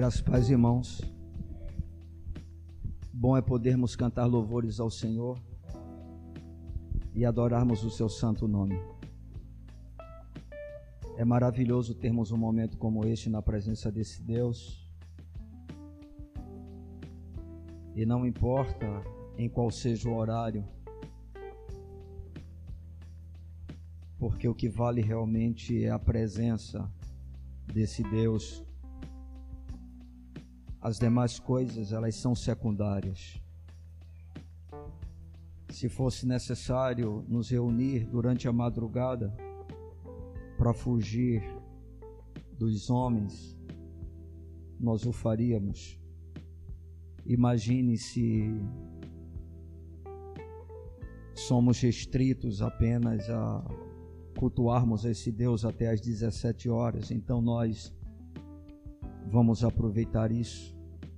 Graças e paz, irmãos. Bom é podermos cantar louvores ao Senhor e adorarmos o seu santo nome. É maravilhoso termos um momento como este na presença desse Deus. E não importa em qual seja o horário, porque o que vale realmente é a presença desse Deus. As demais coisas, elas são secundárias. Se fosse necessário nos reunir durante a madrugada para fugir dos homens, nós o faríamos. Imagine se somos restritos apenas a cultuarmos esse Deus até às 17 horas, então nós vamos aproveitar isso.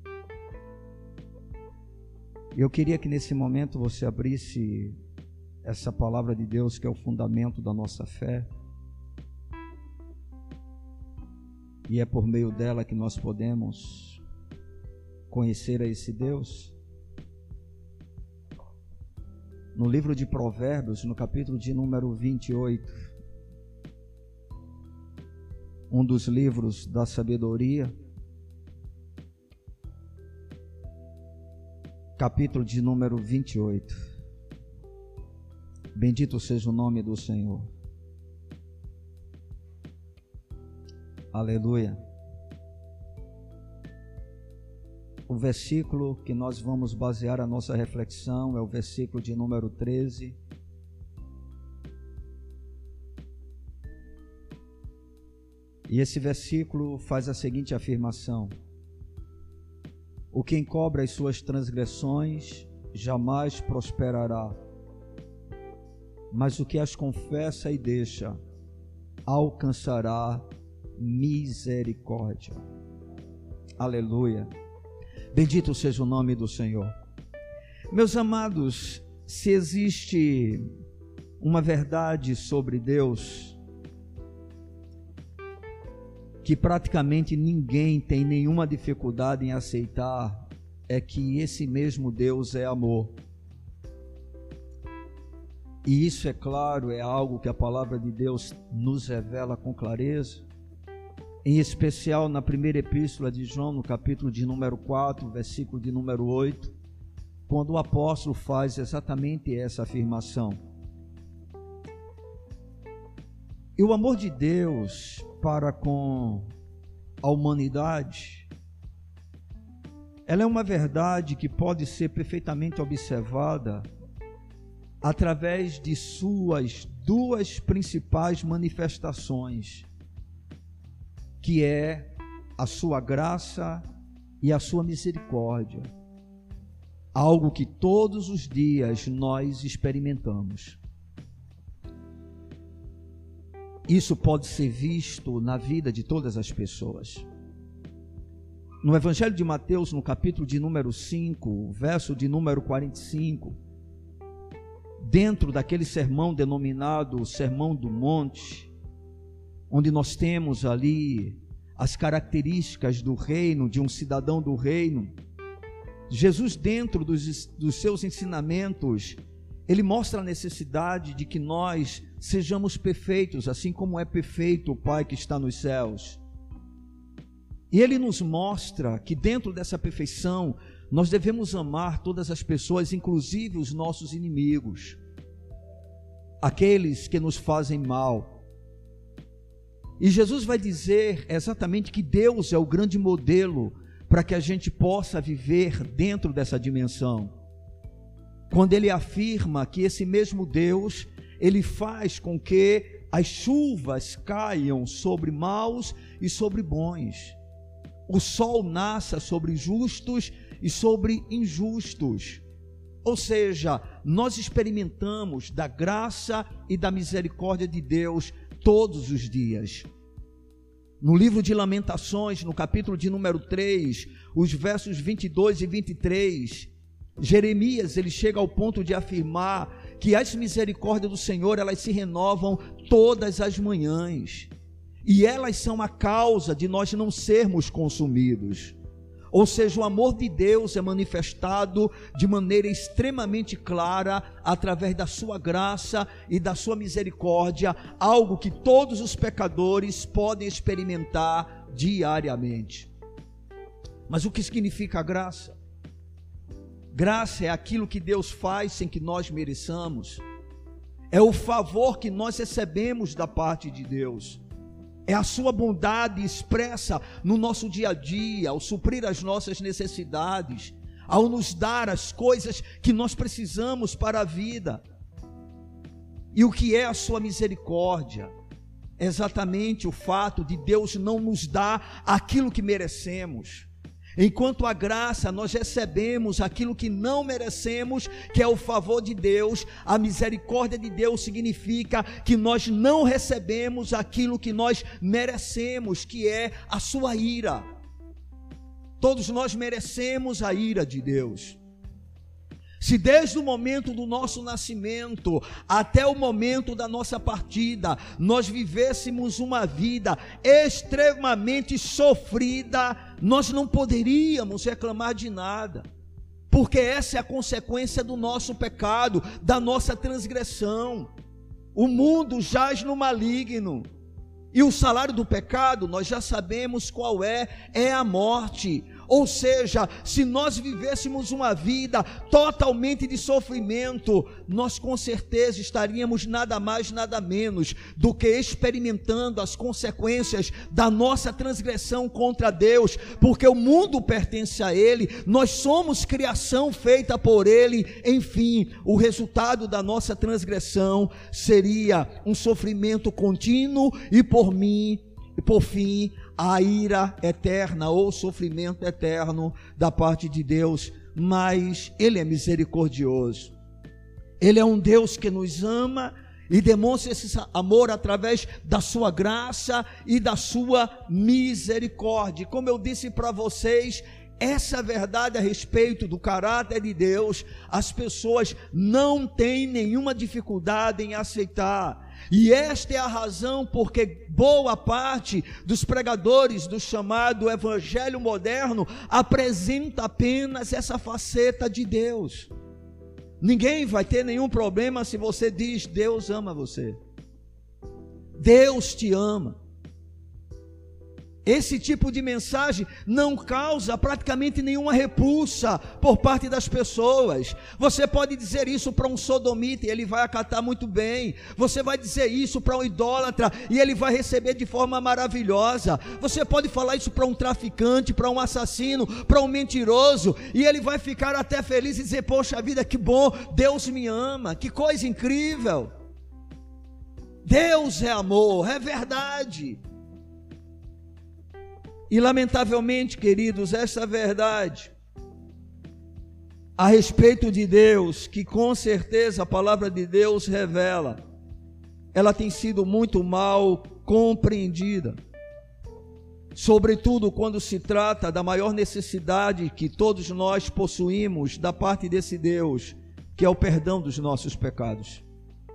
Eu queria que nesse momento você abrisse essa palavra de Deus, que é o fundamento da nossa fé, e é por meio dela que nós podemos conhecer a esse Deus. No livro de Provérbios, no capítulo de número 28, um dos livros da sabedoria, capítulo de número 28. Bendito seja o nome do Senhor. Aleluia. O versículo que nós vamos basear a nossa reflexão é o versículo de número 13. E esse versículo faz a seguinte afirmação: o que encobre as suas transgressões jamais prosperará, mas o que as confessa e deixa alcançará misericórdia. Aleluia. Bendito seja o nome do Senhor. Meus amados, se existe uma verdade sobre Deus que praticamente ninguém tem nenhuma dificuldade em aceitar, é que esse mesmo Deus é amor. E isso, é claro, é algo que a palavra de Deus nos revela com clareza, em especial na primeira epístola de João, no capítulo de número 4, versículo de número 8, quando o apóstolo faz exatamente essa afirmação. E o amor de Deus para com a humanidade, ela é uma verdade que pode ser perfeitamente observada através de suas duas principais manifestações, que é a sua graça e a sua misericórdia, algo que todos os dias nós experimentamos. Isso pode ser visto na vida de todas as pessoas. No Evangelho de Mateus, no capítulo de número 5, verso de número 45, dentro daquele sermão denominado Sermão do Monte, onde nós temos ali as características do reino, de um cidadão do reino, Jesus, dentro dos seus ensinamentos, ele mostra a necessidade de que nós sejamos perfeitos, assim como é perfeito o Pai que está nos céus. E ele nos mostra que dentro dessa perfeição, nós devemos amar todas as pessoas, inclusive os nossos inimigos, aqueles que nos fazem mal. E Jesus vai dizer exatamente que Deus é o grande modelo para que a gente possa viver dentro dessa dimensão. Quando ele afirma que esse mesmo Deus, ele faz com que as chuvas caiam sobre maus e sobre bons. O sol nasça sobre justos e sobre injustos. Ou seja, nós experimentamos da graça e da misericórdia de Deus todos os dias. No livro de Lamentações, no capítulo de número 3, os versos 22 e 23, Jeremias, ele chega ao ponto de afirmar que as misericórdias do Senhor, elas se renovam todas as manhãs. e elas são a causa de nós não sermos consumidos. Ou seja, o amor de Deus é manifestado de maneira extremamente clara através da sua graça e da sua misericórdia, algo que todos os pecadores podem experimentar diariamente. Mas o que significa a graça? Graça é aquilo que Deus faz sem que nós mereçamos. É o favor que nós recebemos da parte de Deus. É a sua bondade expressa no nosso dia a dia, ao suprir as nossas necessidades, ao nos dar as coisas que nós precisamos para a vida. E o que é a sua misericórdia? É exatamente o fato de Deus não nos dar aquilo que merecemos. Enquanto a graça, nós recebemos aquilo que não merecemos, que é o favor de Deus. A misericórdia de Deus significa que nós não recebemos aquilo que nós merecemos, que é a sua ira. Todos nós merecemos a ira de Deus. Se desde o momento do nosso nascimento até o momento da nossa partida, nós vivêssemos uma vida extremamente sofrida, nós não poderíamos reclamar de nada, porque essa é a consequência do nosso pecado, da nossa transgressão. O mundo jaz no maligno, e o salário do pecado, nós já sabemos qual é a morte. Ou seja, se nós vivêssemos uma vida totalmente de sofrimento, nós com certeza estaríamos nada mais, nada menos do que experimentando as consequências da nossa transgressão contra Deus, porque o mundo pertence a Ele, nós somos criação feita por Ele. Enfim, o resultado da nossa transgressão seria um sofrimento contínuo e por fim, a ira eterna ou sofrimento eterno da parte de Deus. Mas Ele é misericordioso. Ele é um Deus que nos ama e demonstra esse amor através da sua graça e da sua misericórdia. Como eu disse para vocês, essa verdade a respeito do caráter de Deus, as pessoas não têm nenhuma dificuldade em aceitar. E esta é a razão porque boa parte dos pregadores do chamado evangelho moderno apresenta apenas essa faceta de Deus. Ninguém vai ter nenhum problema se você diz: Deus ama você, Deus te ama. Esse tipo de mensagem não causa praticamente nenhuma repulsa por parte das pessoas. Você pode dizer isso para um sodomita e ele vai acatar muito bem. Você vai dizer isso para um idólatra e ele vai receber de forma maravilhosa. Você pode falar isso para um traficante, para um assassino, para um mentiroso, e ele vai ficar até feliz e dizer: poxa vida, que bom, Deus me ama, que coisa incrível. Deus é amor, é verdade. E lamentavelmente, queridos, essa verdade a respeito de Deus, que com certeza a palavra de Deus revela, ela tem sido muito mal compreendida, sobretudo quando se trata da maior necessidade que todos nós possuímos da parte desse Deus, que é o perdão dos nossos pecados.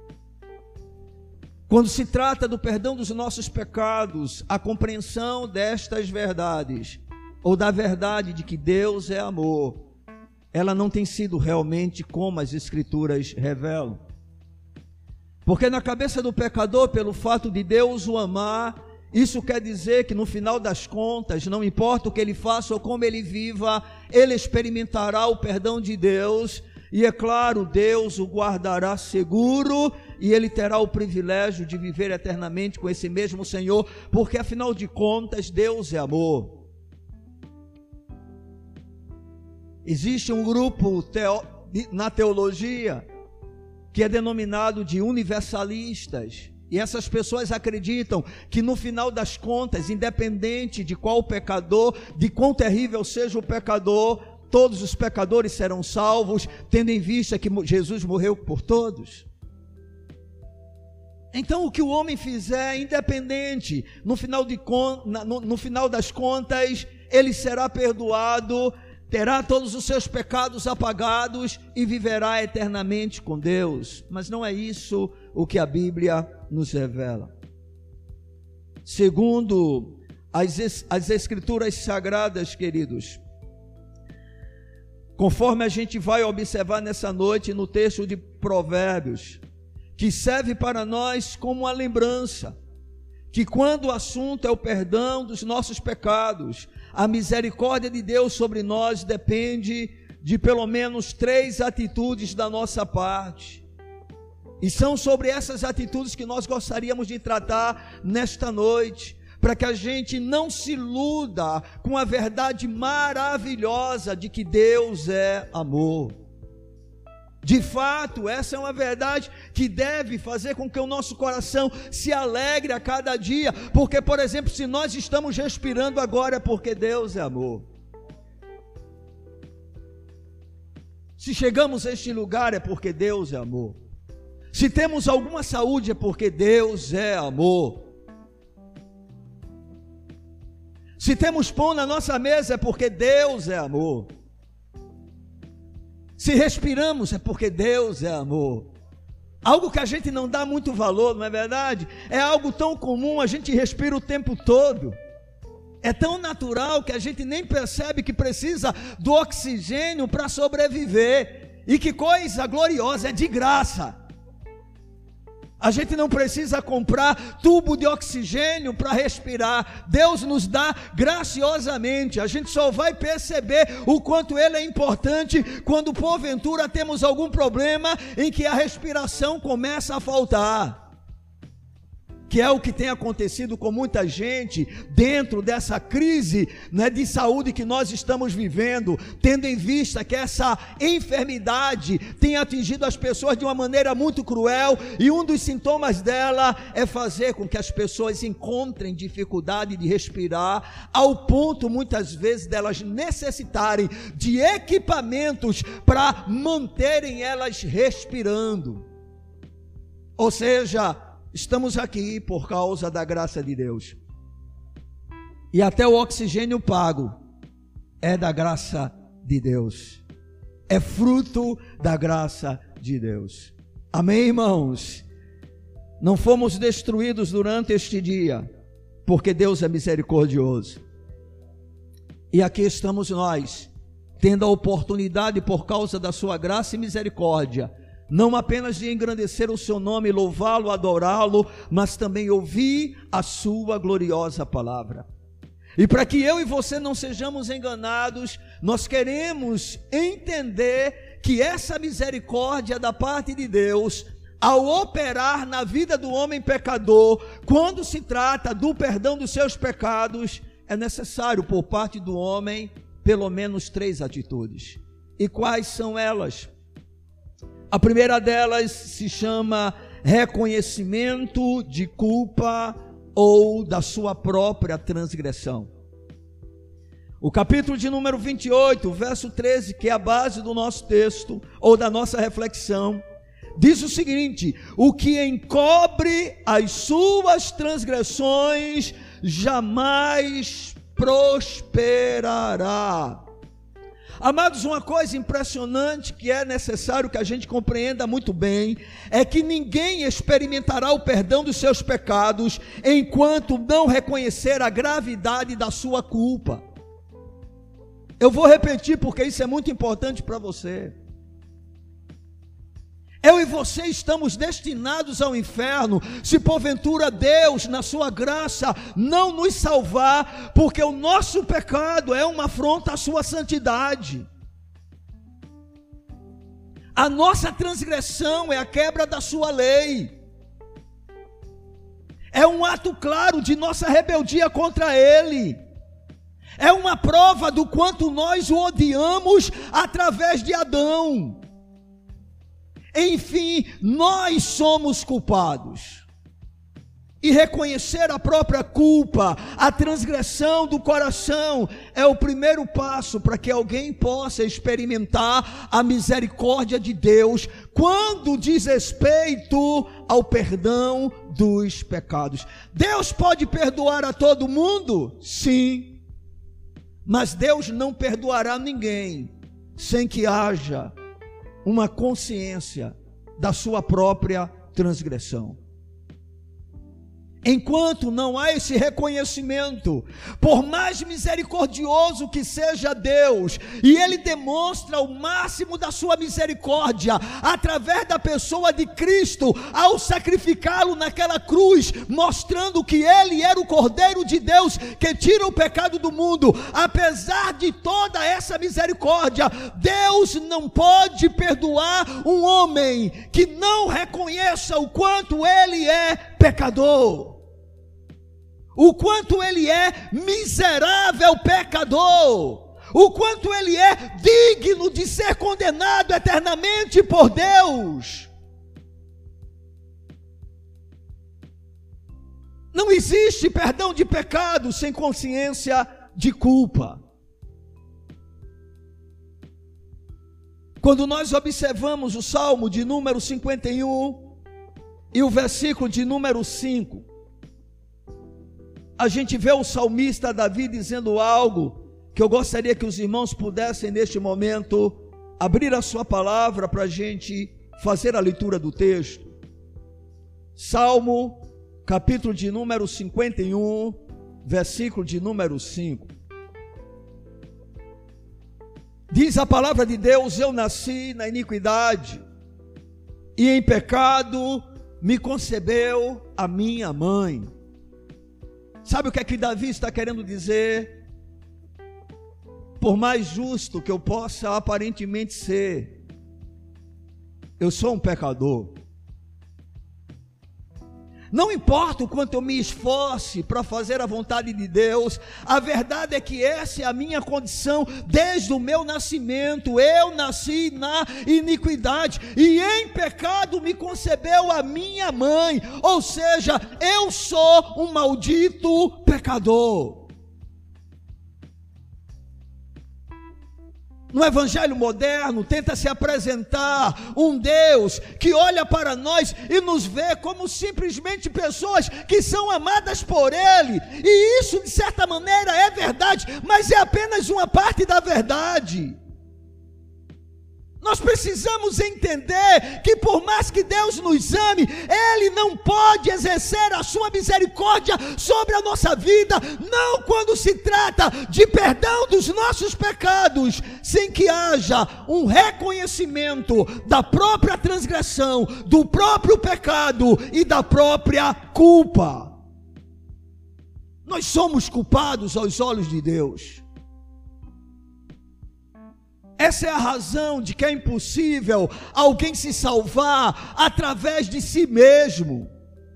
Quando se trata do perdão dos nossos pecados, a compreensão destas verdades, ou da verdade de que Deus é amor, ela não tem sido realmente como as Escrituras revelam. Porque na cabeça do pecador, pelo fato de Deus o amar, isso quer dizer que no final das contas, não importa o que ele faça ou como ele viva, ele experimentará o perdão de Deus. E é claro, Deus o guardará seguro e ele terá o privilégio de viver eternamente com esse mesmo Senhor, porque afinal de contas Deus é amor. Existe um grupo na teologia que é denominado de universalistas, e essas pessoas acreditam que no final das contas, independente de qual pecador, de quão terrível seja o pecador, todos os pecadores serão salvos, tendo em vista que Jesus morreu por todos. Então o que o homem fizer, independente, no final das contas, ele será perdoado, terá todos os seus pecados apagados e viverá eternamente com Deus. Mas não é isso o que a Bíblia nos revela. segundo as Escrituras Sagradas, queridos, conforme a gente vai observar nessa noite no texto de Provérbios, que serve para nós como uma lembrança, que quando o assunto é o perdão dos nossos pecados, a misericórdia de Deus sobre nós depende de pelo menos 3 atitudes da nossa parte. E são sobre essas atitudes que nós gostaríamos de tratar nesta noite, para que a gente não se iluda com a verdade maravilhosa de que Deus é amor. De fato, essa é uma verdade que deve fazer com que o nosso coração se alegre a cada dia, porque, por exemplo, se nós estamos respirando agora é porque Deus é amor. Se chegamos a este lugar é porque Deus é amor. Se temos alguma saúde é porque Deus é amor. Se temos pão na nossa mesa é porque Deus é amor. Se respiramos é porque Deus é amor. Algo que a gente não dá muito valor, não é verdade? É algo tão comum, a gente respira o tempo todo. É tão natural que a gente nem percebe que precisa do oxigênio para sobreviver. E que coisa gloriosa, é de graça. A gente não precisa comprar tubo de oxigênio para respirar. Deus nos dá graciosamente. A gente só vai perceber o quanto Ele é importante quando porventura temos algum problema em que a respiração começa a faltar. Que é o que tem acontecido com muita gente dentro dessa crise, né, de saúde que nós estamos vivendo, tendo em vista que essa enfermidade tem atingido as pessoas de uma maneira muito cruel, e um dos sintomas dela é fazer com que as pessoas encontrem dificuldade de respirar, ao ponto muitas vezes delas necessitarem de equipamentos para manterem elas respirando. Ou seja, estamos aqui por causa da graça de Deus. E até o oxigênio pago é da graça de Deus. É fruto da graça de Deus. Amém, irmãos? Não fomos destruídos durante este dia, porque Deus é misericordioso. E aqui estamos nós, tendo a oportunidade por causa da sua graça e misericórdia, não apenas de engrandecer o seu nome, louvá-lo, adorá-lo, mas também ouvir a sua gloriosa palavra. E para que eu e você não sejamos enganados, nós queremos entender que essa misericórdia da parte de Deus, ao operar na vida do homem pecador, quando se trata do perdão dos seus pecados, é necessário por parte do homem pelo menos 3 atitudes. E quais são elas? A primeira delas se chama reconhecimento de culpa ou da sua própria transgressão. O capítulo de número 28, verso 13, que é a base do nosso texto, ou da nossa reflexão, diz o seguinte: o que encobre as suas transgressões jamais prosperará. Amados, uma coisa impressionante que é necessário que a gente compreenda muito bem, é que ninguém experimentará o perdão dos seus pecados enquanto não reconhecer a gravidade da sua culpa. Eu vou repetir porque isso é muito importante para você. Eu e você estamos destinados ao inferno, se porventura Deus, na sua graça, não nos salvar, porque o nosso pecado é uma afronta à sua santidade. A nossa transgressão é a quebra da sua lei. É um ato claro de nossa rebeldia contra Ele. É uma prova do quanto nós o odiamos através de Adão. Enfim, nós somos culpados. E reconhecer a própria culpa, a transgressão do coração, é o primeiro passo para que alguém possa experimentar a misericórdia de Deus, quando diz respeito ao perdão dos pecados. Deus pode perdoar a todo mundo? Sim. Mas Deus não perdoará ninguém sem que haja uma consciência da sua própria transgressão. Enquanto não há esse reconhecimento, por mais misericordioso que seja Deus, e Ele demonstra o máximo da sua misericórdia através da pessoa de Cristo, ao sacrificá-lo naquela cruz, mostrando que Ele era o Cordeiro de Deus que tira o pecado do mundo. Apesar de toda essa misericórdia, Deus não pode perdoar um homem que não reconheça o quanto ele é pecador, o quanto ele é miserável pecador, o quanto ele é digno de ser condenado eternamente por Deus. Não existe perdão de pecado sem consciência de culpa. Quando nós observamos o Salmo de número 51 e o versículo de número 5, a gente vê o salmista Davi dizendo algo que eu gostaria que os irmãos pudessem neste momento abrir a sua palavra para a gente fazer a leitura do texto. Salmo, capítulo de número 51, versículo de número 5. Diz a palavra de Deus: eu nasci na iniquidade, e em pecado me concebeu a minha mãe. Sabe o que é que Davi está querendo dizer? Por mais justo que eu possa aparentemente ser, eu sou um pecador. Não importa o quanto eu me esforce para fazer a vontade de Deus, a verdade é que essa é a minha condição desde o meu nascimento. Eu nasci na iniquidade, e em pecado me concebeu a minha mãe. Ou seja, eu sou um maldito pecador. No evangelho moderno, tenta se apresentar um Deus que olha para nós e nos vê como simplesmente pessoas que são amadas por Ele, e isso de certa maneira é verdade, mas é apenas uma parte da verdade. Nós precisamos entender que por mais que Deus nos ame, Ele não pode exercer a sua misericórdia sobre a nossa vida, não quando se trata de perdão dos nossos pecados, sem que haja um reconhecimento da própria transgressão, do próprio pecado e da própria culpa. Nós somos culpados aos olhos de Deus. Essa é a razão de que é impossível alguém se salvar através de si mesmo.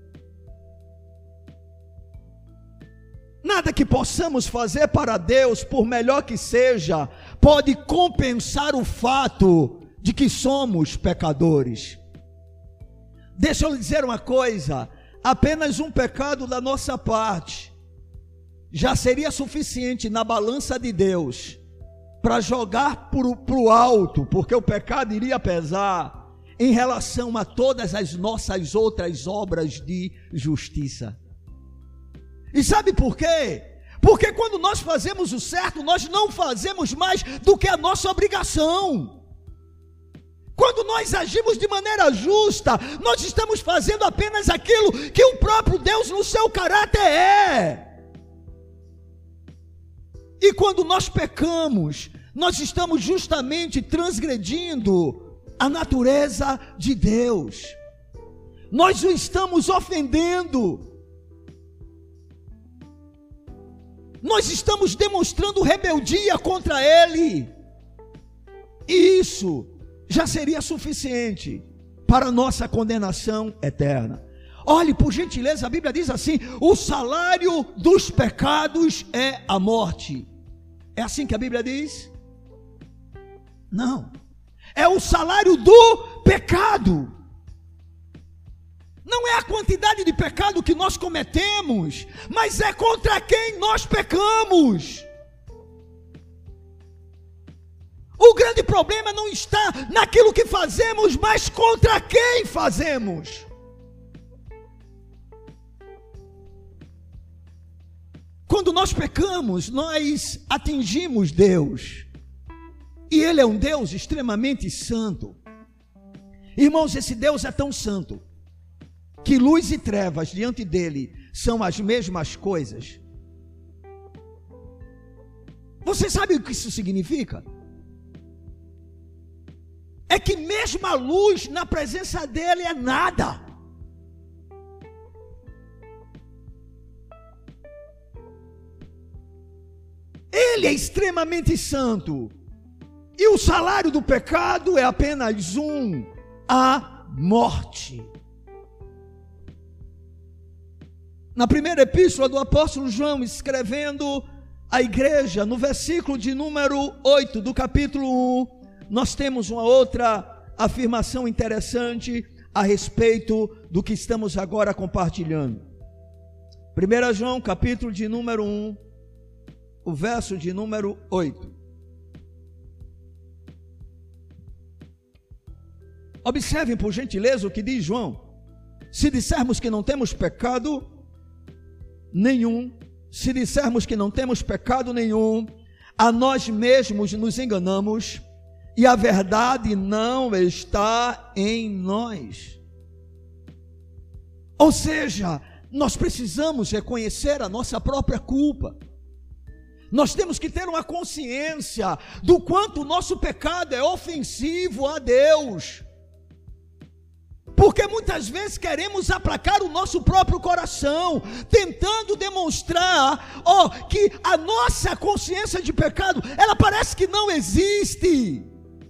Nada que possamos fazer para Deus, por melhor que seja, pode compensar o fato de que somos pecadores. Deixa eu lhe dizer uma coisa: apenas um pecado da nossa parte já seria suficiente na balança de Deus para jogar para o alto, porque o pecado iria pesar em relação a todas as nossas outras obras de justiça. E sabe por quê? Porque quando nós fazemos o certo, nós não fazemos mais do que a nossa obrigação. Quando nós agimos de maneira justa, nós estamos fazendo apenas aquilo que o próprio Deus no seu caráter é. E quando nós pecamos, nós estamos justamente transgredindo a natureza de Deus. Nós o estamos ofendendo. Nós estamos demonstrando rebeldia contra Ele. E isso já seria suficiente para a nossa condenação eterna. Olhe, por gentileza, a Bíblia diz assim: o salário dos pecados é a morte. É assim que a Bíblia diz? Não, é o salário do pecado. Não é a quantidade de pecado que nós cometemos, mas é contra quem nós pecamos. O grande problema não está naquilo que fazemos, mas contra quem fazemos. Quando nós pecamos, nós atingimos Deus, e Ele é um Deus extremamente santo. Irmãos, esse Deus é tão santo que luz e trevas diante dele são as mesmas coisas. Você sabe o que isso significa? É que mesmo a luz na presença dele é nada. Ele é extremamente santo. E o salário do pecado é apenas a morte. Na primeira epístola do apóstolo João, escrevendo à igreja, no versículo de número 8 do capítulo 1, nós temos uma outra afirmação interessante a respeito do que estamos agora compartilhando. 1 João, capítulo de número 1, o verso de número 8. Observem, por gentileza, o que diz João. Se dissermos que não temos pecado nenhum, se dissermos que não temos pecado nenhum, a nós mesmos nos enganamos e a verdade não está em nós. Ou seja, nós precisamos reconhecer a nossa própria culpa. Nós temos que ter uma consciência do quanto o nosso pecado é ofensivo a Deus. Porque muitas vezes queremos aplacar o nosso próprio coração, tentando demonstrar, que a nossa consciência de pecado, ela parece que não existe.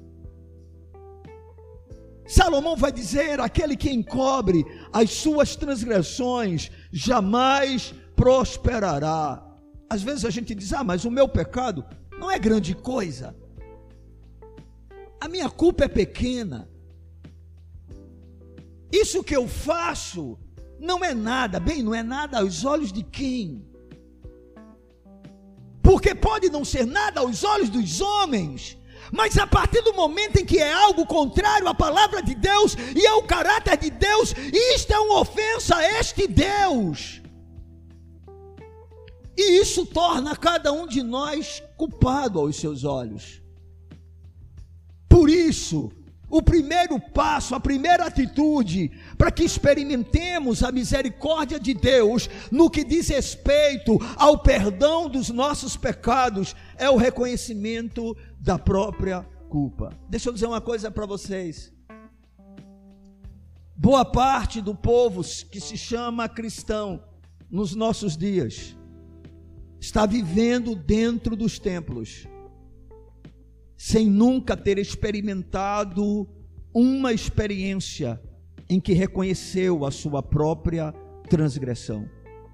Salomão vai dizer: aquele que encobre as suas transgressões jamais prosperará. Às vezes a gente diz: mas o meu pecado não é grande coisa, a minha culpa é pequena, isso que eu faço não é nada. Bem, não é nada aos olhos de quem? Porque pode não ser nada aos olhos dos homens, mas a partir do momento em que é algo contrário à palavra de Deus e ao caráter de Deus, isto é uma ofensa a este Deus. E isso torna cada um de nós culpado aos seus olhos. Por isso, o primeiro passo, a primeira atitude para que experimentemos a misericórdia de Deus no que diz respeito ao perdão dos nossos pecados é o reconhecimento da própria culpa. Deixa eu dizer uma coisa para vocês. Boa parte do povo que se chama cristão nos nossos dias está vivendo dentro dos templos, sem nunca ter experimentado uma experiência em que reconheceu a sua própria transgressão.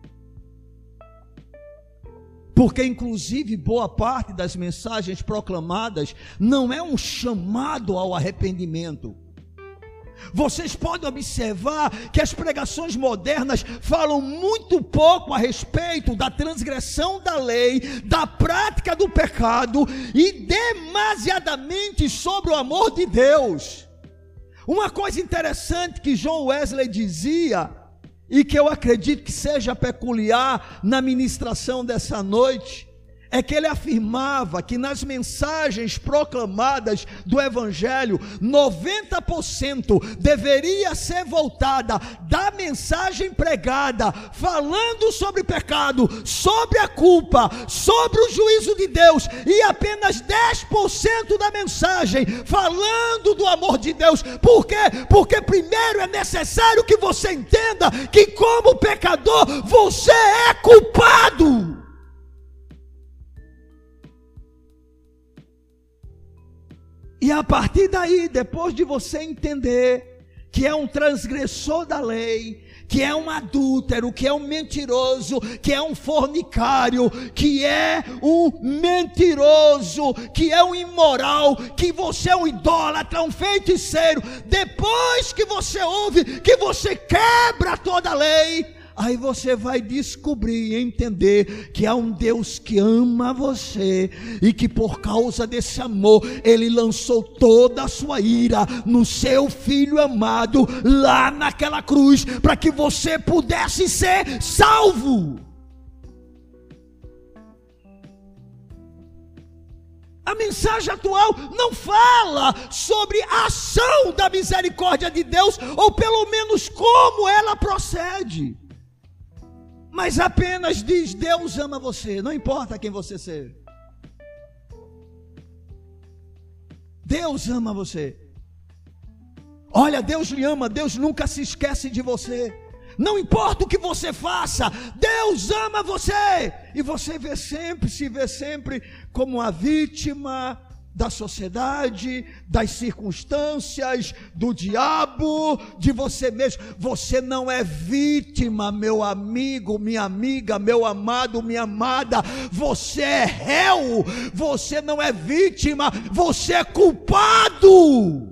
Porque inclusive boa parte das mensagens proclamadas não é um chamado ao arrependimento. Vocês podem observar que as pregações modernas falam muito pouco a respeito da transgressão da lei, da prática do pecado e demasiadamente sobre o amor de Deus. Uma coisa interessante que John Wesley dizia, e que eu acredito que seja peculiar na ministração dessa noite, é que ele afirmava que nas mensagens proclamadas do Evangelho, 90% deveria ser voltada da mensagem pregada, falando sobre pecado, sobre a culpa, sobre o juízo de Deus, e apenas 10% da mensagem falando do amor de Deus. Por quê? Porque primeiro é necessário que você entenda que como pecador, você é culpado. E a partir daí, depois de você entender que é um transgressor da lei, que é um adúltero, que é um mentiroso, que é um fornicário, que é um mentiroso, que é um imoral, que você é um idólatra, um feiticeiro, depois que você ouve que você quebra toda a lei, aí você vai descobrir e entender que há um Deus que ama você e que por causa desse amor, Ele lançou toda a sua ira no seu Filho amado, lá naquela cruz, para que você pudesse ser salvo. A mensagem atual não fala sobre a ação da misericórdia de Deus, ou pelo menos como ela procede. mas apenas diz: Deus ama você, não importa quem você seja. Deus ama você. Olha, Deus lhe ama, Deus nunca se esquece de você. Não importa o que você faça, Deus ama você. E você se vê sempre como a vítima da sociedade, das circunstâncias, do diabo, de você mesmo. Você não é vítima, meu amigo, minha amiga, meu amado, minha amada. Você é réu. Você não é vítima, você é culpado.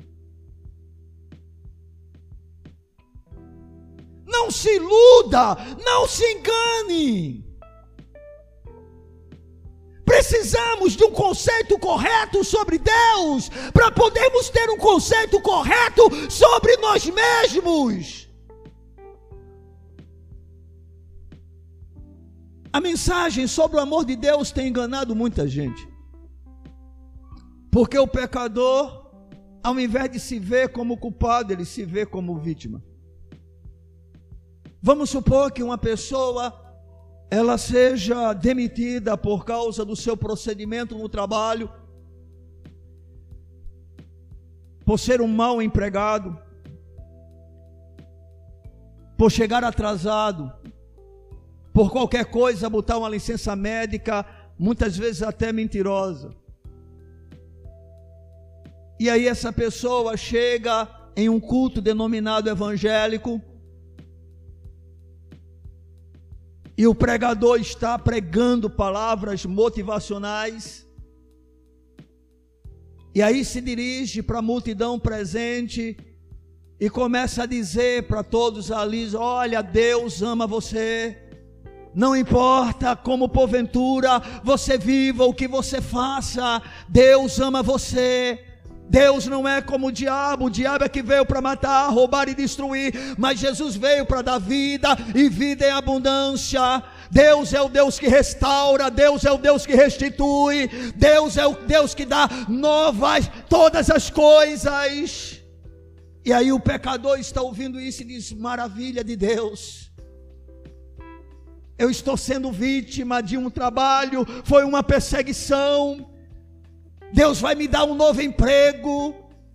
Não se iluda, não se engane. Precisamos de um conceito correto sobre Deus, para podermos ter um conceito correto sobre nós mesmos. A mensagem sobre o amor de Deus tem enganado muita gente, porque o pecador, ao invés de se ver como culpado, ele se vê como vítima. Vamos supor que uma pessoa, ela seja demitida por causa do seu procedimento no trabalho, por ser um mau empregado, por chegar atrasado, por qualquer coisa, botar uma licença médica, muitas vezes até mentirosa. E aí essa pessoa chega em um culto denominado evangélico, e o pregador está pregando palavras motivacionais, e aí se dirige para a multidão presente e começa a dizer para todos ali: olha, Deus ama você, não importa como porventura você viva, o que você faça, Deus ama você. Deus não é como o diabo é que veio para matar, roubar e destruir, mas Jesus veio para dar vida e vida em abundância. Deus é o Deus que restaura, Deus é o Deus que restitui, Deus é o Deus que dá novas todas as coisas. E aí o pecador está ouvindo isso e diz: maravilha de Deus, eu estou sendo vítima de um trabalho, foi uma perseguição, Deus vai me dar um novo emprego,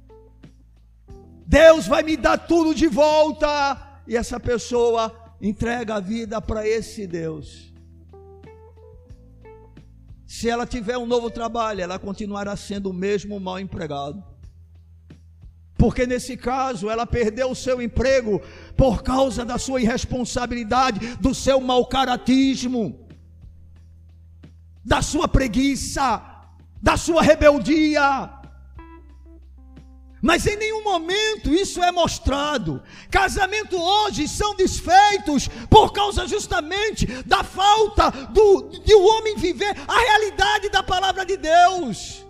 Deus vai me dar tudo de volta. E essa pessoa entrega a vida para esse Deus. Se ela tiver um novo trabalho, ela continuará sendo o mesmo mal empregado, porque nesse caso ela perdeu o seu emprego por causa da sua irresponsabilidade, do seu mau caratismo, da sua preguiça, da sua rebeldia. Mas em nenhum momento isso é mostrado. Casamentos hoje são desfeitos por causa justamente da falta de o homem viver a realidade da palavra de Deus.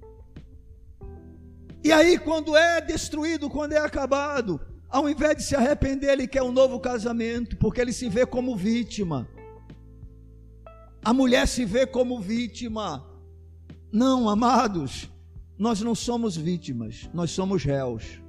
E aí quando é destruído, quando é acabado, ao invés de se arrepender, ele quer um novo casamento, porque ele se vê como vítima. A mulher se vê como vítima. Não, amados, nós não somos vítimas, nós somos réus.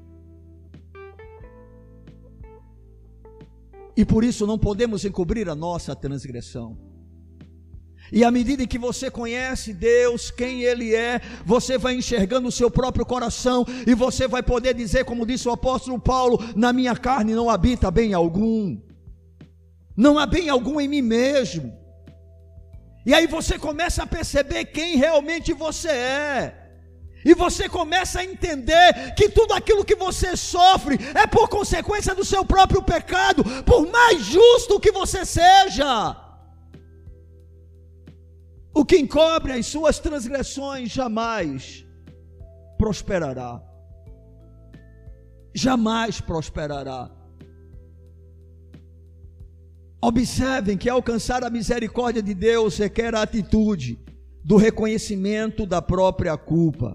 E por isso não podemos encobrir a nossa transgressão. E à medida que você conhece Deus, quem Ele é, você vai enxergando o seu próprio coração, e você vai poder dizer, como disse o apóstolo Paulo: na minha carne não habita bem algum, não há bem algum em mim mesmo. E aí você começa a perceber quem realmente você é, e você começa a entender que tudo aquilo que você sofre é por consequência do seu próprio pecado, por mais justo que você seja. O que encobre as suas transgressões jamais prosperará, jamais prosperará. Observem que alcançar a misericórdia de Deus requer a atitude do reconhecimento da própria culpa.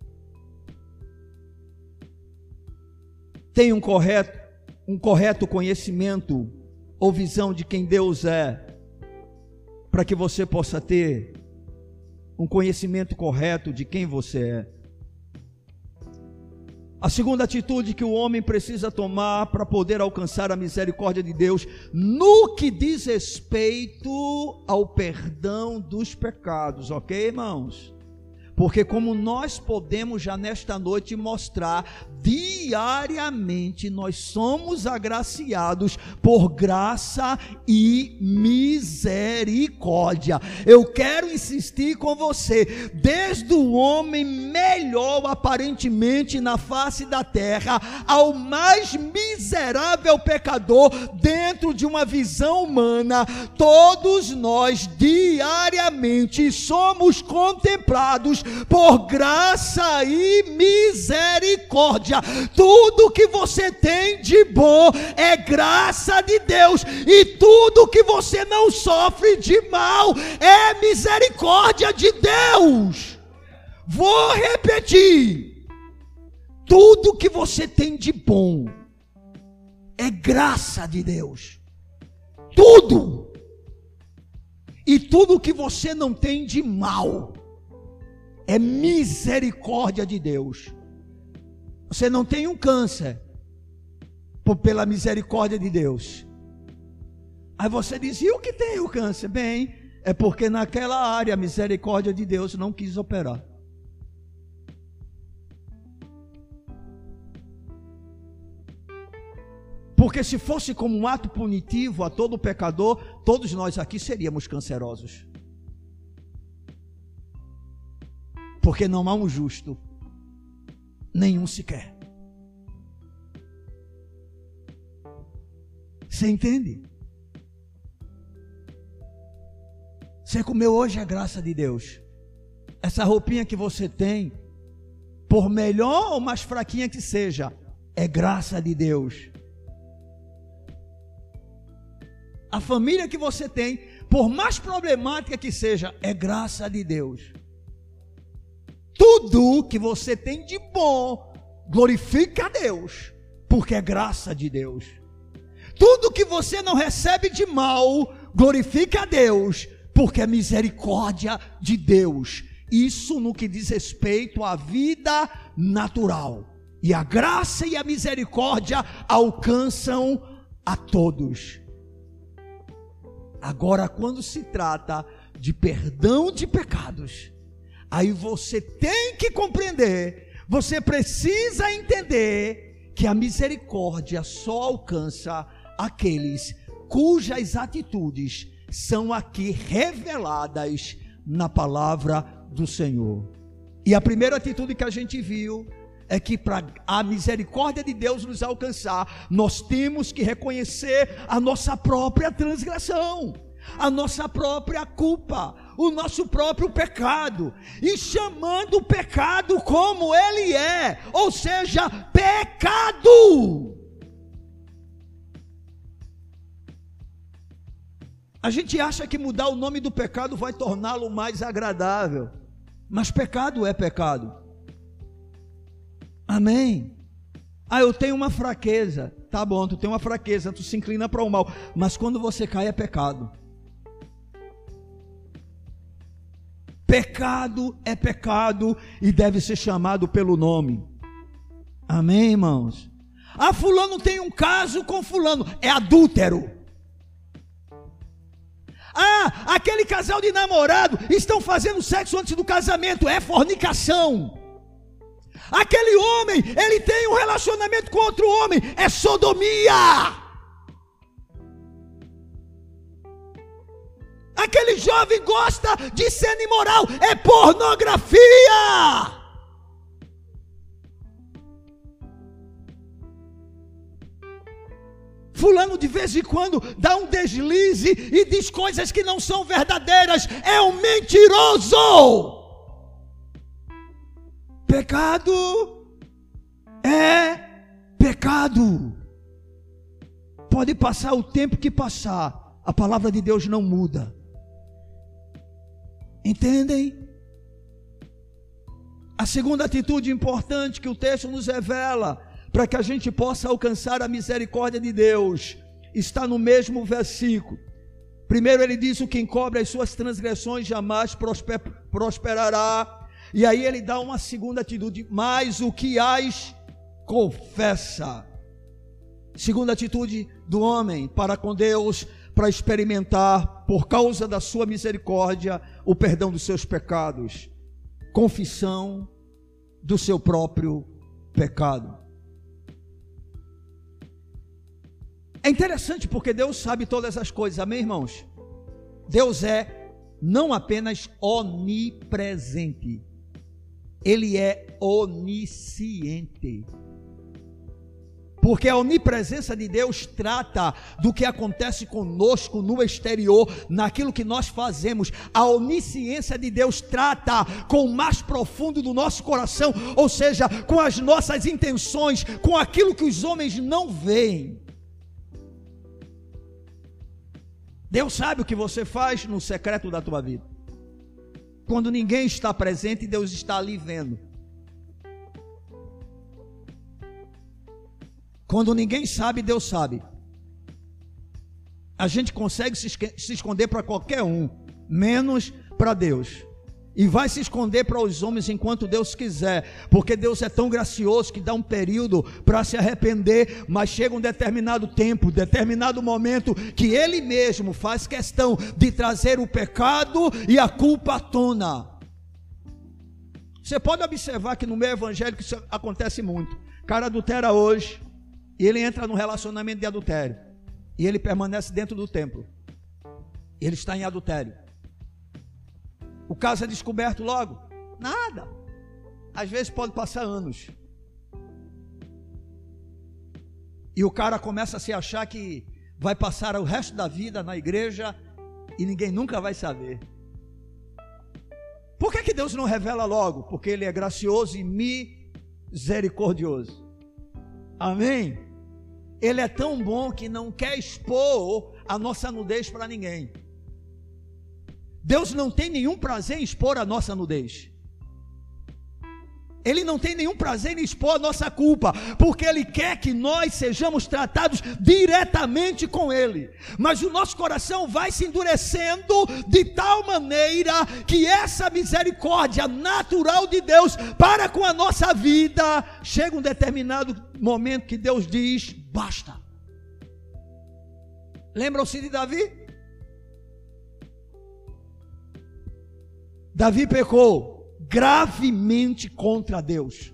Tenha um correto conhecimento ou visão de quem Deus é, para que você possa ter um conhecimento correto de quem você é. A segunda atitude que o homem precisa tomar para poder alcançar a misericórdia de Deus, no que diz respeito ao perdão dos pecados, ok, irmãos? Porque como nós podemos já nesta noite mostrar, diariamente nós somos agraciados por graça e misericórdia. Eu quero insistir com você, desde o homem melhor aparentemente na face da terra, ao mais miserável pecador dentro de uma visão humana, todos nós diariamente somos contemplados por graça e misericórdia. Tudo que você tem de bom é graça de Deus, e tudo que você não sofre de mal é misericórdia de Deus. Vou repetir: tudo que você tem de bom é graça de Deus, tudo, e tudo que você não tem de mal é misericórdia de Deus. Você não tem um câncer pela misericórdia de Deus. Aí você diz: e o que tem o câncer? Bem, é porque naquela área a misericórdia de Deus não quis operar. Porque se fosse como um ato punitivo a todo pecador, todos nós aqui seríamos cancerosos. Porque não há um justo, nenhum sequer. Você entende? Você comeu hoje a graça de Deus. Essa roupinha que você tem, por melhor ou mais fraquinha que seja, é graça de Deus. A família que você tem, por mais problemática que seja, é graça de Deus. Tudo que você tem de bom, glorifica a Deus, porque é graça de Deus. Tudo que você não recebe de mal, glorifica a Deus, porque é misericórdia de Deus. Isso no que diz respeito à vida natural. E a graça e a misericórdia alcançam a todos. Agora, quando se trata de perdão de pecados, aí você tem que compreender, você precisa entender que a misericórdia só alcança aqueles cujas atitudes são aqui reveladas na palavra do Senhor. E a primeira atitude que a gente viu é que para a misericórdia de Deus nos alcançar, nós temos que reconhecer a nossa própria transgressão, a nossa própria culpa, o nosso próprio pecado, e chamando o pecado como ele é, ou seja, pecado. A gente acha que mudar o nome do pecado vai torná-lo mais agradável, mas pecado é pecado. Amém? Eu tenho uma fraqueza. Tá bom, tu tem uma fraqueza, tu se inclina para o mal, mas quando você cai é pecado. Pecado é pecado e deve ser chamado pelo nome. Amém, irmãos? Fulano tem um caso com fulano, é adúltero. Aquele casal de namorado estão fazendo sexo antes do casamento, é fornicação. Aquele homem, ele tem um relacionamento com outro homem, é sodomia. Aquele jovem gosta de cena imoral, é pornografia. Fulano de vez em quando dá um deslize e diz coisas que não são verdadeiras, é um mentiroso. Pecado é pecado. Pode passar o tempo que passar, a palavra de Deus não muda. Entendem? A segunda atitude importante que o texto nos revela, para que a gente possa alcançar a misericórdia de Deus, está no mesmo versículo. Primeiro ele diz: o que encobre as suas transgressões jamais prosperará. E aí ele dá uma segunda atitude: mas o que hás confessa. Segunda atitude do homem para com Deus, para experimentar, por causa da sua misericórdia, o perdão dos seus pecados. Confissão do seu próprio pecado. É interessante porque Deus sabe todas as coisas, amém, irmãos? Deus é não apenas onipresente, Ele é onisciente. Porque a onipresença de Deus trata do que acontece conosco no exterior, naquilo que nós fazemos. A onisciência de Deus trata com o mais profundo do nosso coração, ou seja, com as nossas intenções, com aquilo que os homens não veem. Deus sabe o que você faz no secreto da tua vida. Quando ninguém está presente, Deus está ali vendo. Quando ninguém sabe, Deus sabe. A gente consegue se esconder para qualquer um, menos para Deus. E vai se esconder para os homens enquanto Deus quiser, porque Deus é tão gracioso que dá um período para se arrepender, mas chega um determinado tempo, determinado momento, que Ele mesmo faz questão de trazer o pecado e a culpa à tona. Você pode observar que no meio evangélico isso acontece muito. O cara adultera hoje, e ele entra num relacionamento de adultério, e ele permanece dentro do templo, ele está em adultério. O caso é descoberto logo? Nada. Às vezes pode passar anos. E o cara começa a se achar que vai passar o resto da vida na igreja e ninguém nunca vai saber. Por que Deus não revela logo? Porque Ele é gracioso e misericordioso. Amém? Ele é tão bom que não quer expor a nossa nudez para ninguém. Deus não tem nenhum prazer em expor a nossa nudez. Ele não tem nenhum prazer em expor a nossa culpa, porque Ele quer que nós sejamos tratados diretamente com Ele. Mas o nosso coração vai se endurecendo de tal maneira que essa misericórdia natural de Deus para com a nossa vida, chega um determinado momento que Deus diz, basta. Lembram-se de Davi? Davi pecou gravemente contra Deus.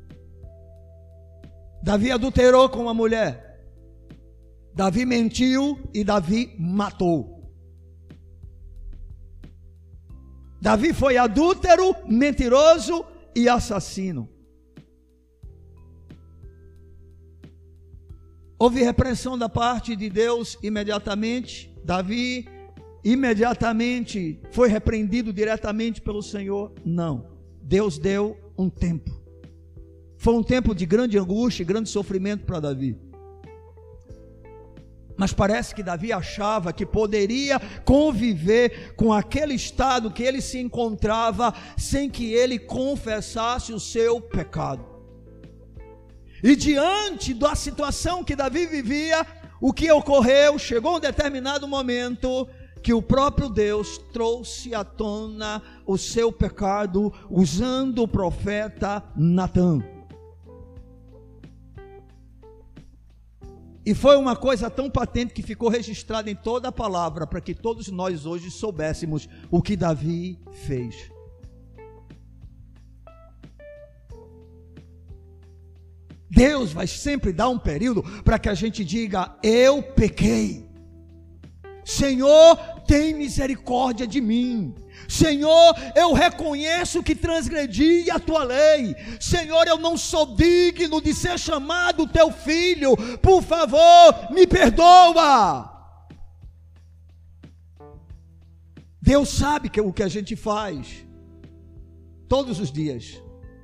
Davi adulterou com uma mulher. Davi mentiu e Davi matou. Davi foi adúltero, mentiroso e assassino. Houve repreensão da parte de Deus imediatamente. Davi imediatamente foi repreendido diretamente pelo Senhor? Não. Deus deu um tempo. Foi um tempo de grande angústia e grande sofrimento para Davi. Mas parece que Davi achava que poderia conviver com aquele estado que ele se encontrava sem que ele confessasse o seu pecado. E diante da situação que Davi vivia, o que ocorreu? Chegou um determinado momento que o próprio Deus trouxe à tona o seu pecado usando o profeta Natã. E foi uma coisa tão patente que ficou registrada em toda a palavra, para que todos nós hoje soubéssemos o que Davi fez. Deus vai sempre dar um período para que a gente diga, eu pequei. Senhor, tem misericórdia de mim. Senhor, eu reconheço que transgredi a tua lei. Senhor, eu não sou digno de ser chamado teu filho. Por favor, me perdoa. Deus sabe o que a gente faz todos os dias.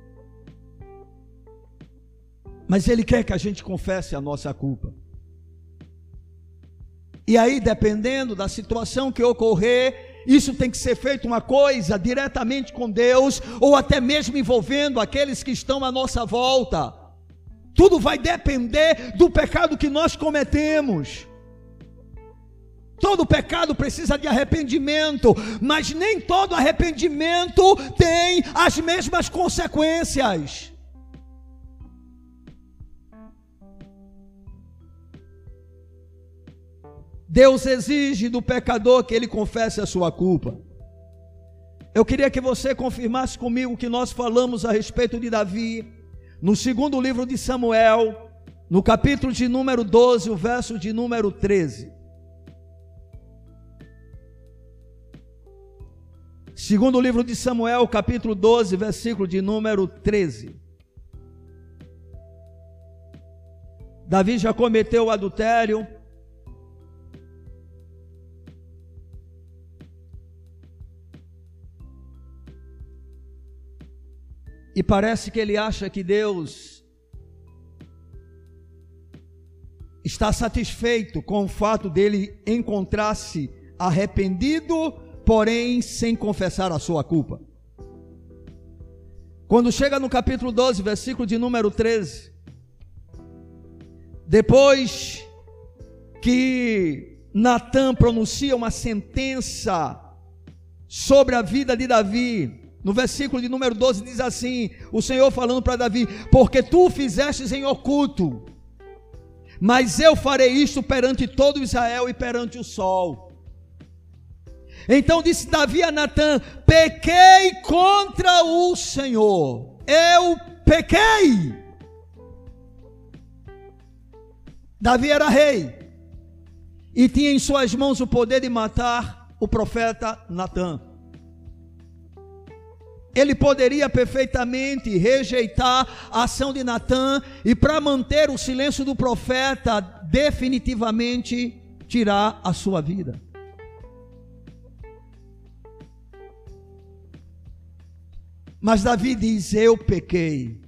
Mas Ele quer que a gente confesse a nossa culpa. E aí, dependendo da situação que ocorrer, isso tem que ser feito uma coisa diretamente com Deus, ou até mesmo envolvendo aqueles que estão à nossa volta. Tudo vai depender do pecado que nós cometemos. Todo pecado precisa de arrependimento, mas nem todo arrependimento tem as mesmas consequências. Deus exige do pecador que ele confesse a sua culpa. Eu queria que você confirmasse comigo o que nós falamos a respeito de Davi, no segundo livro de Samuel, no capítulo de número 12, o verso de número 13. Segundo livro de Samuel, capítulo 12, versículo de número 13. Davi já cometeu o adultério. E parece que ele acha que Deus está satisfeito com o fato dele encontrar-se arrependido, porém sem confessar a sua culpa. Quando chega no capítulo 12, versículo de número 13, depois que Natã pronuncia uma sentença sobre a vida de Davi, no versículo de número 12 diz assim, o Senhor falando para Davi: porque tu o fizestes em oculto, mas eu farei isto perante todo Israel e perante o sol. Então disse Davi a Natã: pequei contra o Senhor, eu pequei. Davi era rei e tinha em suas mãos o poder de matar o profeta Natã. Ele poderia perfeitamente rejeitar a ação de Natã e, para manter o silêncio do profeta, definitivamente tirar a sua vida. Mas Davi diz: eu pequei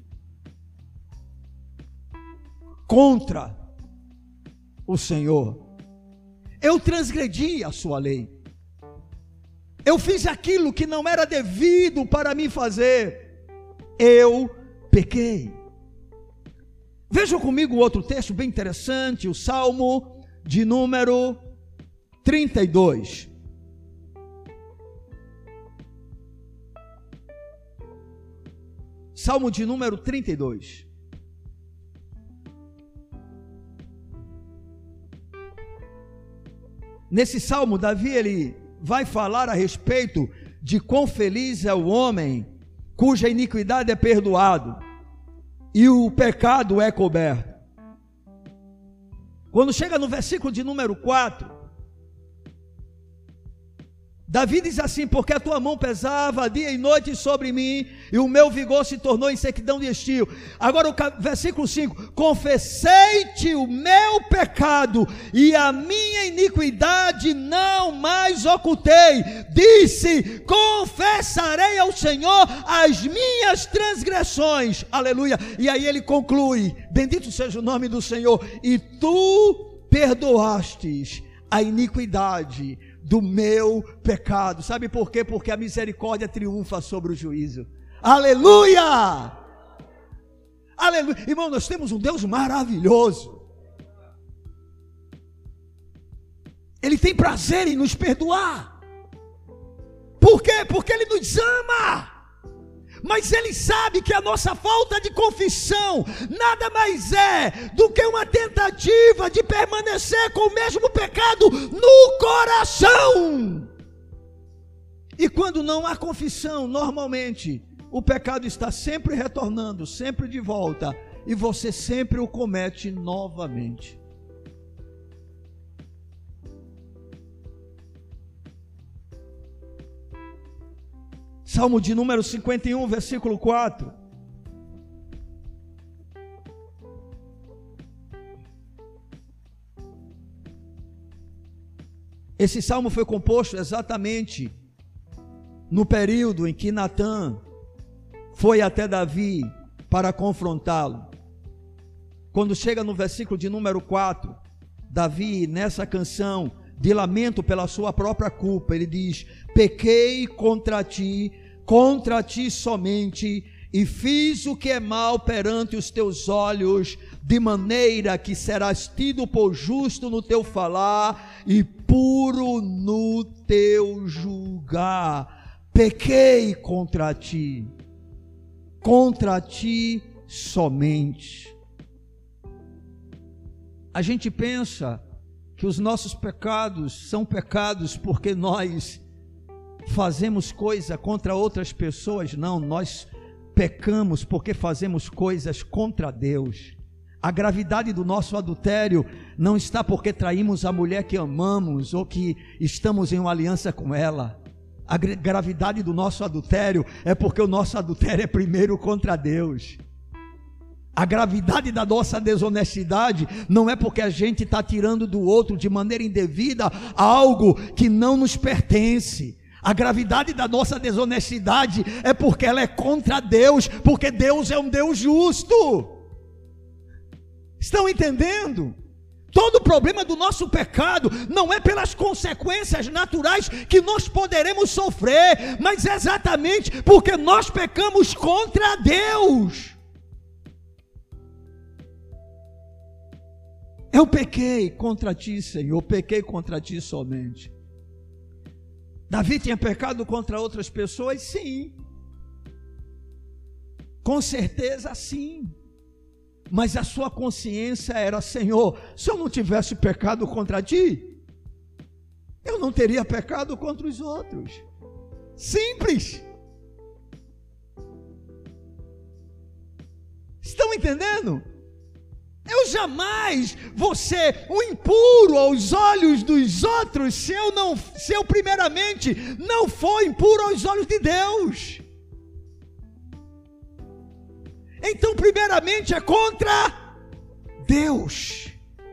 contra o Senhor, eu transgredi a sua lei, eu fiz aquilo que não era devido para mim fazer, eu pequei. Vejam comigo outro texto bem interessante, o Salmo de número 32. Salmo de número 32. Nesse salmo, Davi, ele vai falar a respeito de quão feliz é o homem cuja iniquidade é perdoado e o pecado é coberto. Quando chega no versículo de número 4, Davi diz assim: porque a tua mão pesava dia e noite sobre mim, e o meu vigor se tornou em sequidão de estio. Agora o versículo 5: confessei-te o meu pecado, e a minha iniquidade não mais ocultei. Disse: confessarei ao Senhor as minhas transgressões. Aleluia. E aí ele conclui: bendito seja o nome do Senhor, e tu perdoastes a iniquidade do meu pecado. Sabe por quê? Porque a misericórdia triunfa sobre o juízo. Aleluia! Aleluia! Irmão, nós temos um Deus maravilhoso. Ele tem prazer em nos perdoar. Por quê? Porque Ele nos ama. Mas Ele sabe que a nossa falta de confissão nada mais é do que uma tentativa de permanecer com o mesmo pecado no coração. E quando não há confissão, normalmente o pecado está sempre retornando, sempre de volta, e você sempre o comete novamente. Salmo de número 51, versículo 4. Esse salmo foi composto exatamente no período em que Natã foi até Davi para confrontá-lo. Quando chega no versículo de número 4, Davi, nessa canção de lamento pela sua própria culpa, ele diz: pequei contra ti somente, e fiz o que é mal perante os teus olhos, de maneira que serás tido por justo no teu falar e puro no teu julgar. Pequei contra ti somente. A gente pensa que os nossos pecados são pecados porque nós fazemos coisa contra outras pessoas. Não, nós pecamos porque fazemos coisas contra Deus. A gravidade do nosso adultério não está porque traímos a mulher que amamos ou que estamos em uma aliança com ela. A gravidade do nosso adultério é porque o nosso adultério é primeiro contra Deus. A gravidade da nossa desonestidade não é porque a gente está tirando do outro de maneira indevida algo que não nos pertence. A gravidade da nossa desonestidade é porque ela é contra Deus, porque Deus é um Deus justo. Estão entendendo? Todo o problema do nosso pecado não é pelas consequências naturais que nós poderemos sofrer, mas exatamente porque nós pecamos contra Deus. Eu pequei contra ti, Senhor, pequei contra ti somente. Davi tinha pecado contra outras pessoas? Sim. Com certeza sim. Mas a sua consciência era: Senhor, se eu não tivesse pecado contra ti, eu não teria pecado contra os outros. Simples. Estão entendendo? Eu jamais vou ser um impuro aos olhos dos outros se eu primeiramente não for impuro aos olhos de Deus. Então, primeiramente é contra Deus.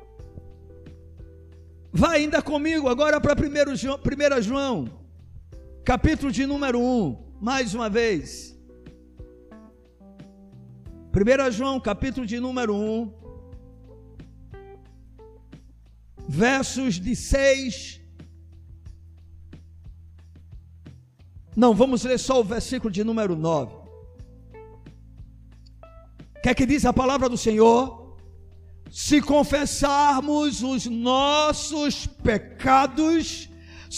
Vá ainda comigo agora para 1 João, capítulo de número 1, mais uma vez. 1 João, capítulo de número 1, versos de 6. Não, vamos ler só o versículo de número 9. O que é que diz a palavra do Senhor? Se confessarmos os nossos pecados,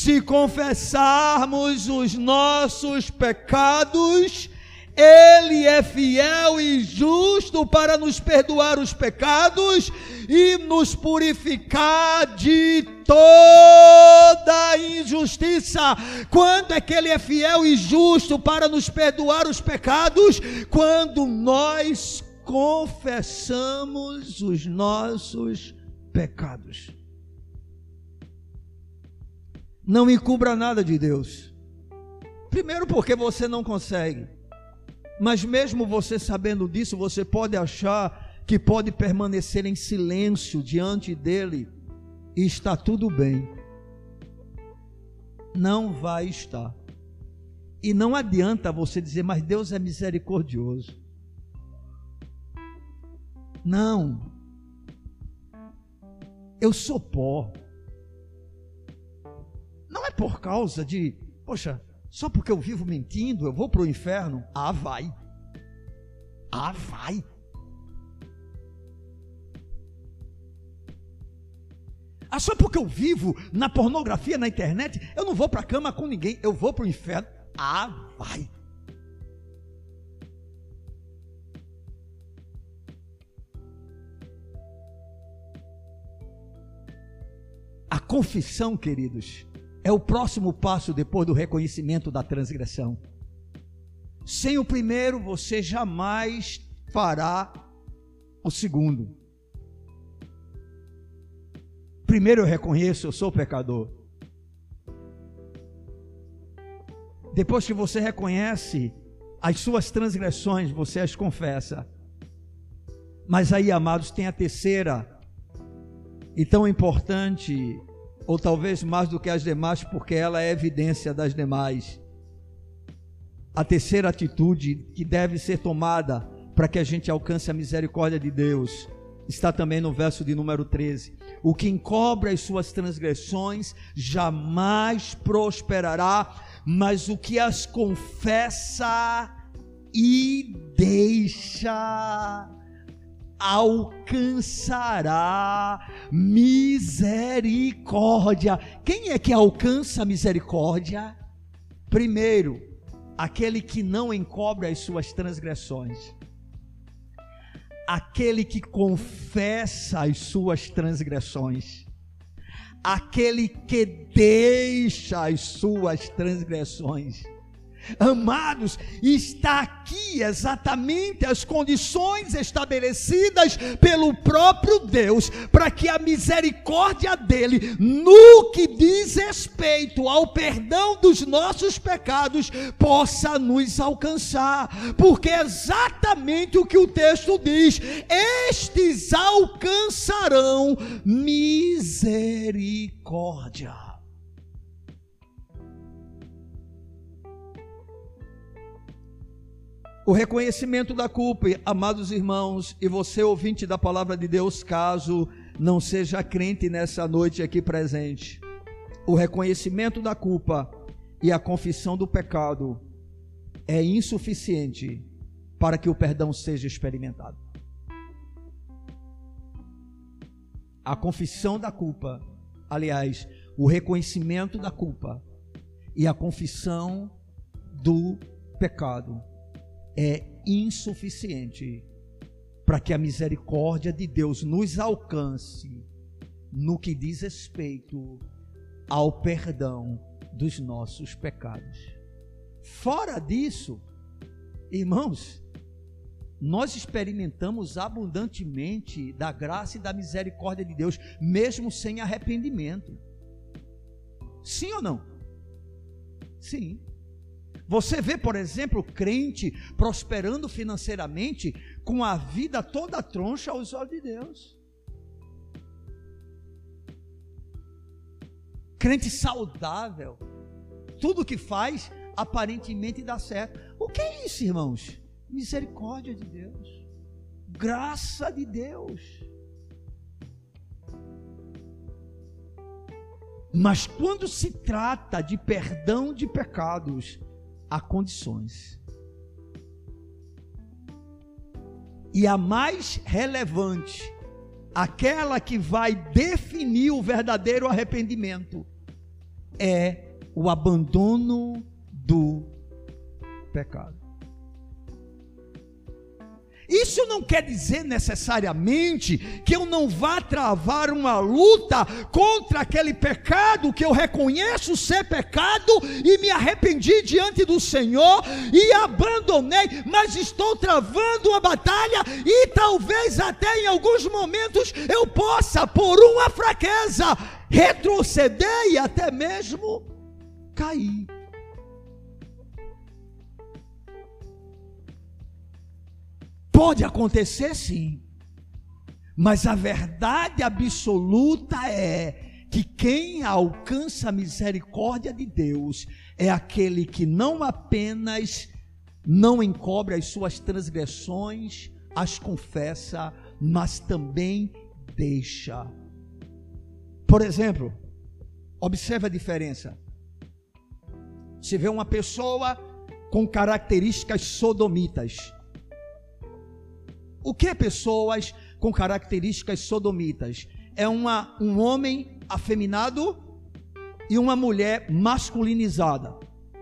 Ele é fiel e justo para nos perdoar os pecados e nos purificar de toda injustiça. Quando é que Ele é fiel e justo para nos perdoar os pecados? Quando nós confessamos os nossos pecados. Não encubra nada de Deus. Primeiro, porque você não consegue. Mas mesmo você sabendo disso, você pode achar que pode permanecer em silêncio diante dele e está tudo bem. Não vai estar. E não adianta você dizer: mas Deus é misericordioso. Não. Eu sou pó. Não é por causa de, poxa, só porque eu vivo mentindo, eu vou para o inferno? Ah, vai. Ah, vai. Ah, só porque eu vivo na pornografia na internet, eu não vou para a cama com ninguém, eu vou para o inferno? Ah, vai. A confissão, queridos, é o próximo passo depois do reconhecimento da transgressão. Sem o primeiro, você jamais fará o segundo. Primeiro eu reconheço, eu sou pecador. Depois que você reconhece as suas transgressões, você as confessa. Mas aí, amados, tem a terceira, e tão importante, ou talvez mais do que as demais, porque ela é evidência das demais. A terceira atitude que deve ser tomada para que a gente alcance a misericórdia de Deus está também no verso de número 13. O que encobre as suas transgressões jamais prosperará, mas o que as confessa e deixa alcançará misericórdia. Quem é que alcança a misericórdia? Primeiro, aquele que não encobre as suas transgressões, aquele que confessa as suas transgressões, aquele que deixa as suas transgressões. Amados, está aqui exatamente as condições estabelecidas pelo próprio Deus, para que a misericórdia dele, no que diz respeito ao perdão dos nossos pecados, possa nos alcançar, porque é exatamente o que o texto diz: estes alcançarão misericórdia. O reconhecimento da culpa, amados irmãos, e você ouvinte da palavra de Deus, caso não seja crente nessa noite aqui presente, o reconhecimento da culpa e a confissão do pecado é insuficiente para que o perdão seja experimentado. A confissão da culpa, aliás, o reconhecimento da culpa e a confissão do pecado é insuficiente para que a misericórdia de Deus nos alcance no que diz respeito ao perdão dos nossos pecados. Fora disso, irmãos, nós experimentamos abundantemente da graça e da misericórdia de Deus, mesmo sem arrependimento. Sim ou não? Sim. Você vê, por exemplo, crente prosperando financeiramente com a vida toda troncha aos olhos de Deus. Crente saudável, tudo que faz aparentemente dá certo. O que é isso, irmãos? Misericórdia de Deus, graça de Deus. Mas quando se trata de perdão de pecados, há condições. E a mais relevante, aquela que vai definir o verdadeiro arrependimento, é o abandono do pecado. Isso não quer dizer necessariamente que eu não vá travar uma luta contra aquele pecado que eu reconheço ser pecado e me arrependi diante do Senhor e abandonei, mas estou travando uma batalha e talvez até em alguns momentos eu possa, por uma fraqueza, retroceder e até mesmo cair. Pode acontecer sim, mas a verdade absoluta é que quem alcança a misericórdia de Deus é aquele que não apenas não encobre as suas transgressões, as confessa, mas também deixa. Por exemplo, observe a diferença. Você vê uma pessoa com características sodomitas. O que é pessoas com características sodomitas? É um homem afeminado e uma mulher masculinizada.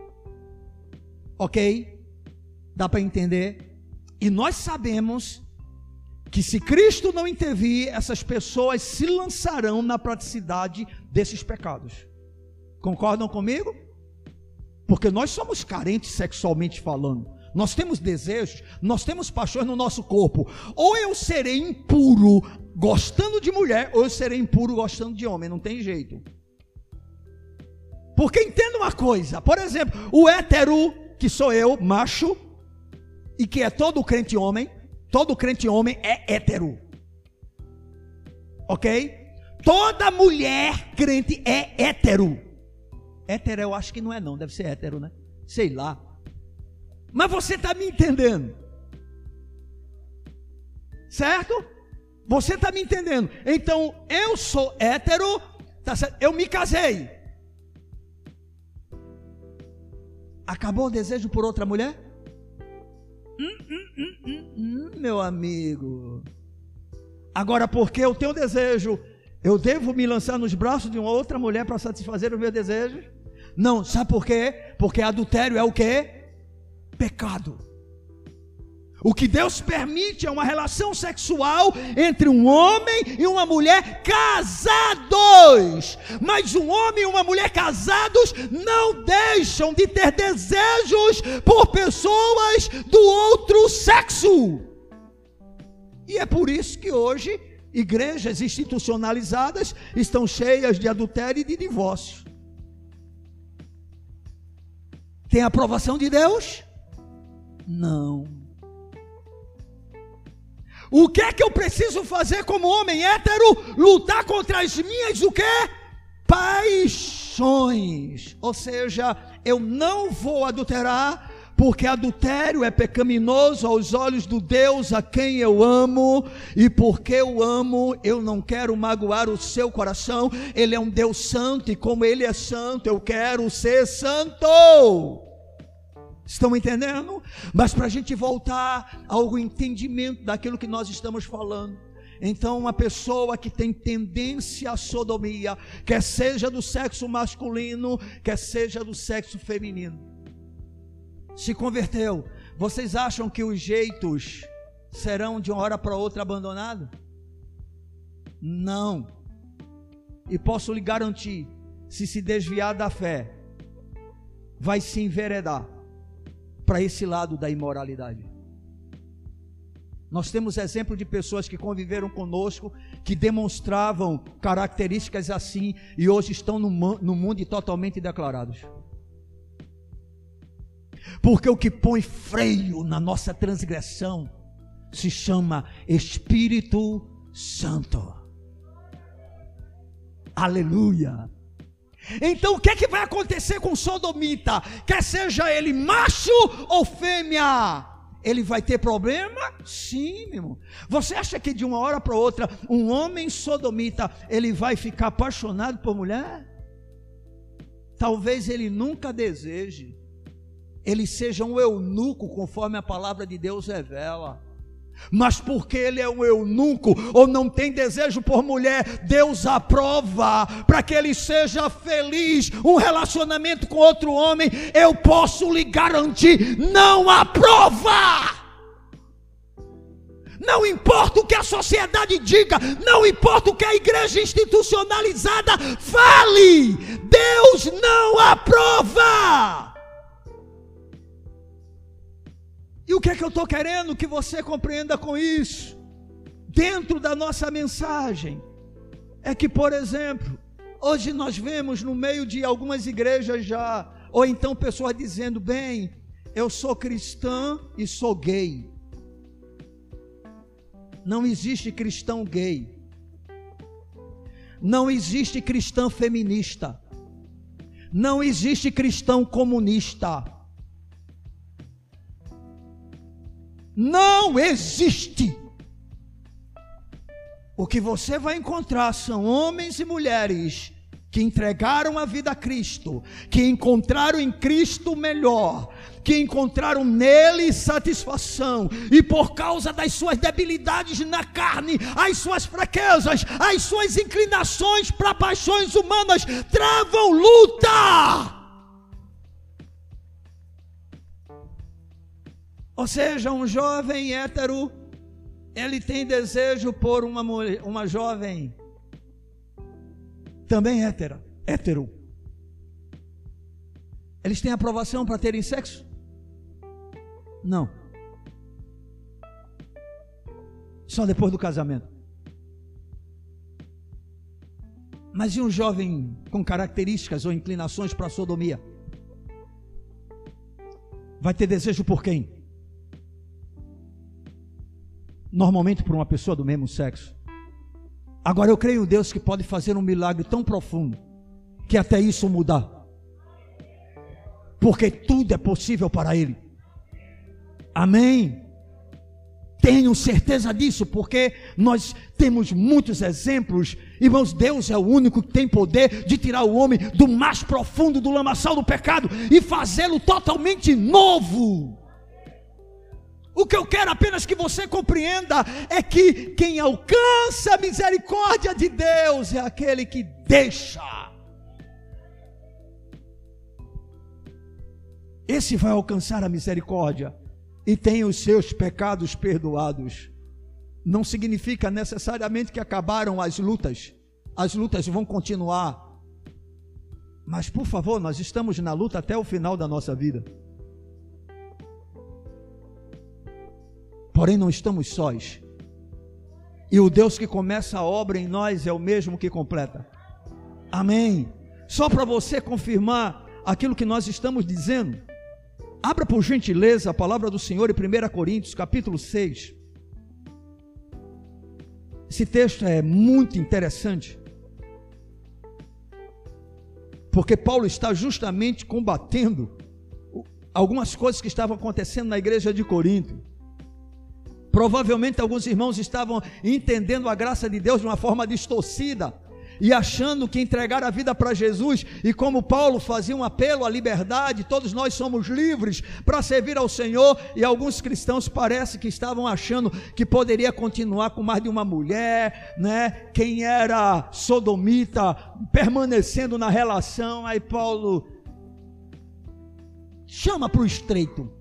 Ok? Dá para entender? E nós sabemos que se Cristo não intervir, essas pessoas se lançarão na praticidade desses pecados. Concordam comigo? Porque nós somos carentes sexualmente falando. Nós temos desejos, nós temos paixões no nosso corpo. Ou eu serei impuro gostando de mulher, ou eu serei impuro gostando de homem, não tem jeito. Porque entenda uma coisa, por exemplo, o hétero, que sou eu, macho, e que é todo crente homem é hétero. Ok? Toda mulher crente é hétero. Hétero eu acho que não é não, deve ser hétero, né? Sei lá. Mas você está me entendendo? Certo? Você está me entendendo? Então, eu sou hétero, tá certo? Eu me casei. Acabou o desejo por outra mulher? Meu amigo. Agora, porque eu tenho desejo, eu devo me lançar nos braços de uma outra mulher para satisfazer o meu desejo? Não, sabe por quê? Porque adultério é o quê? Pecado. O que Deus permite é uma relação sexual entre um homem e uma mulher casados. Mas um homem e uma mulher casados não deixam de ter desejos por pessoas do outro sexo. E é por isso que hoje igrejas institucionalizadas estão cheias de adultério e de divórcio. Tem aprovação de Deus? Não. O que é que eu preciso fazer como homem hétero? Lutar contra as minhas, o quê? Paixões. Ou seja, eu não vou adulterar, porque adultério é pecaminoso aos olhos do Deus a quem eu amo, e porque eu amo, eu não quero magoar o seu coração. Ele é um Deus santo, e como Ele é santo, eu quero ser santo. Estão entendendo? Mas para a gente voltar ao entendimento daquilo que nós estamos falando, então uma pessoa que tem tendência à sodomia, quer seja do sexo masculino, quer seja do sexo feminino, se converteu, vocês acham que os jeitos serão de uma hora para outra abandonados? Não. E posso lhe garantir, se desviar da fé, vai se enveredar para esse lado da imoralidade. Nós temos exemplo de pessoas que conviveram conosco, que demonstravam características assim, e hoje estão no mundo totalmente declarados. Porque o que põe freio na nossa transgressão se chama Espírito Santo. Aleluia! Então o que é que vai acontecer com o sodomita? Quer seja ele macho ou fêmea, ele vai ter problema? Sim, meu irmão. Você acha que de uma hora para outra um homem sodomita ele vai ficar apaixonado por mulher? Talvez ele nunca deseje. Ele seja um eunuco, conforme a palavra de Deus revela. Mas porque ele é um eunuco ou não tem desejo por mulher, Deus aprova para que ele seja feliz. Um relacionamento com outro homem, eu posso lhe garantir, não aprova. Não importa o que a sociedade diga, não importa o que a igreja institucionalizada fale, Deus não aprova. E o que é que eu estou querendo que você compreenda com isso? Dentro da nossa mensagem, é que, por exemplo, hoje nós vemos no meio de algumas igrejas já, ou então pessoas dizendo, bem, eu sou cristã e sou gay. Não existe cristão gay. Não existe cristã feminista. Não existe cristão comunista. Não existe. O que você vai encontrar são homens e mulheres que entregaram a vida a Cristo, que encontraram em Cristo melhor, que encontraram nele satisfação, e por causa das suas debilidades na carne, as suas fraquezas, as suas inclinações para paixões humanas, travam luta. Ou seja, um jovem hétero, ele tem desejo por uma jovem também hétero. Eles têm aprovação para terem sexo? Não. Só depois do casamento. Mas e um jovem com características ou inclinações para a sodomia? Vai ter desejo por quem? Normalmente por uma pessoa do mesmo sexo. Agora eu creio em Deus que pode fazer um milagre tão profundo, que até isso mudar. Porque tudo é possível para Ele. Amém? Tenho certeza disso, porque nós temos muitos exemplos. Irmãos, Deus é o único que tem poder de tirar o homem do mais profundo do lamaçal do pecado e fazê-lo totalmente novo. O que eu quero apenas que você compreenda é que quem alcança a misericórdia de Deus é aquele que deixa. Esse vai alcançar a misericórdia. e tem os seus pecados perdoados. Não significa necessariamente que acabaram as lutas vão continuar. Mas, por favor, nós estamos na luta até o final da nossa vida. Porém, não estamos sós. E o Deus que começa a obra em nós é o mesmo que completa. Amém. Só para você confirmar aquilo que nós estamos dizendo, abra por gentileza a palavra do Senhor em 1 Coríntios, capítulo 6. Esse texto é muito interessante, porque Paulo está justamente combatendo algumas coisas que estavam acontecendo na igreja de Corinto. Provavelmente alguns irmãos estavam entendendo a graça de Deus de uma forma distorcida, e achando que entregar a vida para Jesus, e como Paulo fazia um apelo à liberdade, todos nós somos livres para servir ao Senhor, e alguns cristãos parece que estavam achando que poderia continuar com mais de uma mulher, né? Quem era sodomita, permanecendo na relação. Aí Paulo chama para o estreito.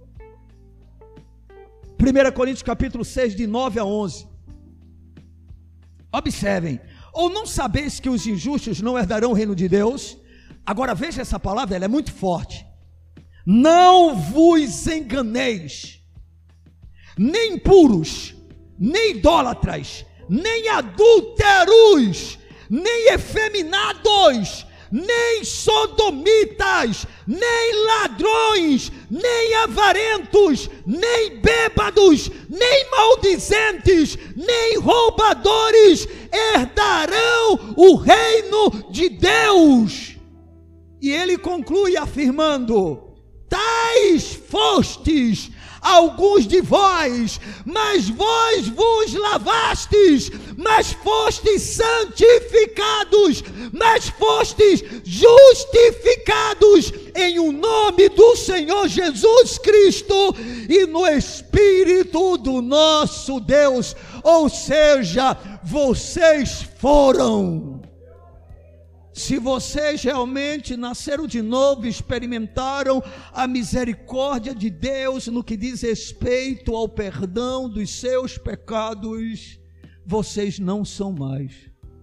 1 Coríntios capítulo 6, de 9 a 11. Observem: ou não sabeis que os injustos não herdarão o reino de Deus? Agora veja essa palavra, ela é muito forte. Não vos enganeis, nem impuros, nem idólatras, nem adúlteros, nem efeminados, nem sodomitas, nem ladrões, nem avarentos, nem bêbados, nem maldizentes, nem roubadores herdarão o reino de Deus. E ele conclui afirmando: tais fostes alguns de vós, mas vós vos lavastes, mas fostes santificados, mas fostes justificados em o nome do Senhor Jesus Cristo e no Espírito do nosso Deus. Ou seja, vocês foram. Se vocês realmente nasceram de novo, experimentaram a misericórdia de Deus no que diz respeito ao perdão dos seus pecados, vocês não são mais.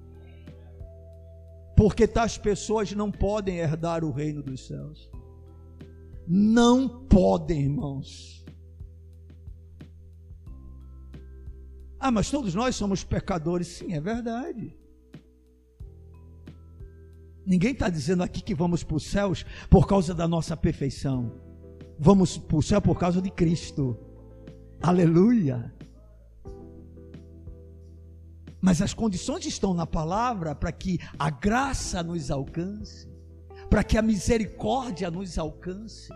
Porque tais pessoas não podem herdar o reino dos céus. Não podem, irmãos. Ah, mas todos nós somos pecadores. Sim, é verdade. Ninguém está dizendo aqui que vamos para os céus por causa da nossa perfeição. Vamos para o céu por causa de Cristo. Aleluia. Mas as condições estão na palavra para que a graça nos alcance, para que a misericórdia nos alcance.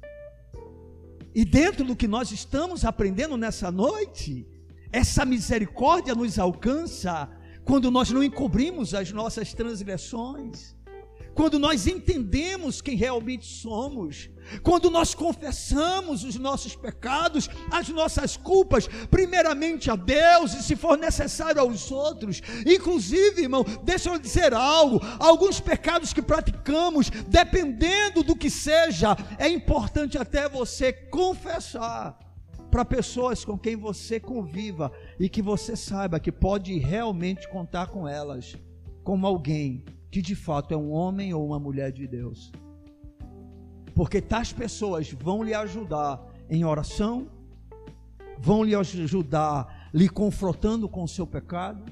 E dentro do que nós estamos aprendendo nessa noite, essa misericórdia nos alcança quando nós não encobrimos as nossas transgressões, quando nós entendemos quem realmente somos, quando nós confessamos os nossos pecados, as nossas culpas, primeiramente a Deus e se for necessário aos outros. Inclusive, irmão, deixa eu dizer algo: alguns pecados que praticamos, dependendo do que seja, é importante até você confessar para pessoas com quem você conviva e que você saiba que pode realmente contar com elas como alguém que de fato é um homem ou uma mulher de Deus. Porque tais pessoas vão lhe ajudar em oração, vão lhe ajudar lhe confrontando com o seu pecado,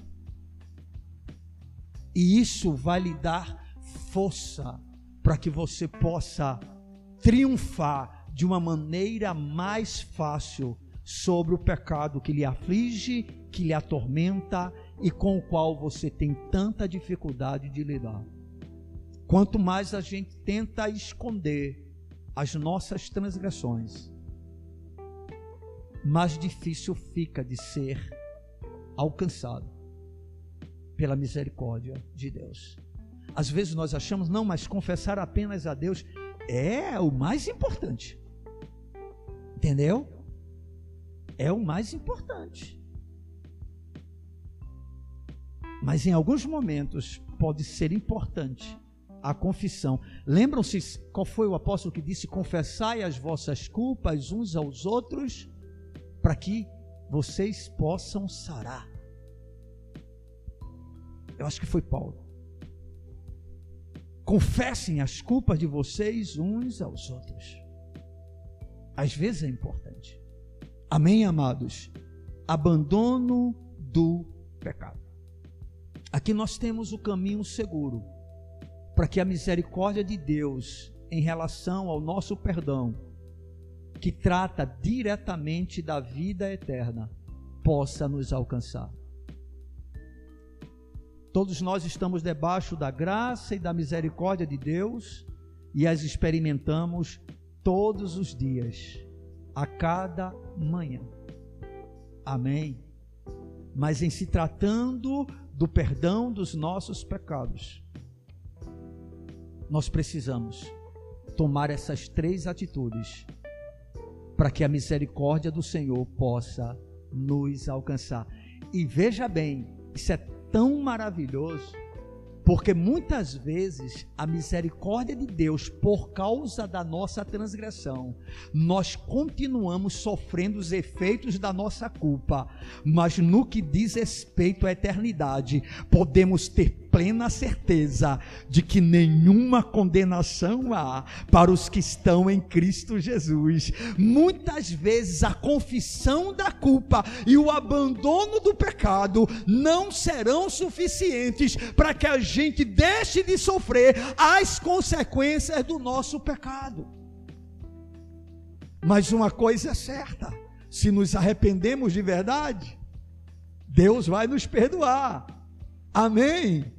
e isso vai lhe dar força para que você possa triunfar de uma maneira mais fácil sobre o pecado que lhe aflige, que lhe atormenta e com o qual você tem tanta dificuldade de lidar. Quanto mais a gente tenta esconder as nossas transgressões, mais difícil fica de ser alcançado pela misericórdia de Deus. Às vezes nós achamos, não, mas confessar apenas a Deus é o mais importante. Entendeu? É o mais importante. Mas em alguns momentos pode ser importante a confissão. Lembram-se qual foi o apóstolo que disse: confessai as vossas culpas uns aos outros, para que vocês possam sarar. Eu acho que foi Paulo. Confessem as culpas de vocês uns aos outros. Às vezes é importante. Amém, amados? Abandono do pecado. Aqui nós temos o caminho seguro para que a misericórdia de Deus em relação ao nosso perdão, que trata diretamente da vida eterna, possa nos alcançar. Todos nós estamos debaixo da graça e da misericórdia de Deus e as experimentamos todos os dias, a cada manhã. Amém? Mas em se tratando do perdão dos nossos pecados, nós precisamos tomar essas 3 atitudes para que a misericórdia do Senhor possa nos alcançar. E veja bem, isso é tão maravilhoso, porque muitas vezes a misericórdia de Deus, por causa da nossa transgressão, nós continuamos sofrendo os efeitos da nossa culpa, mas no que diz respeito à eternidade, podemos ter plena certeza de que nenhuma condenação há para os que estão em Cristo Jesus. Muitas vezes a confissão da culpa e o abandono do pecado não serão suficientes para que a gente deixe de sofrer as consequências do nosso pecado. Mas uma coisa é certa: se nos arrependemos de verdade, Deus vai nos perdoar. Amém?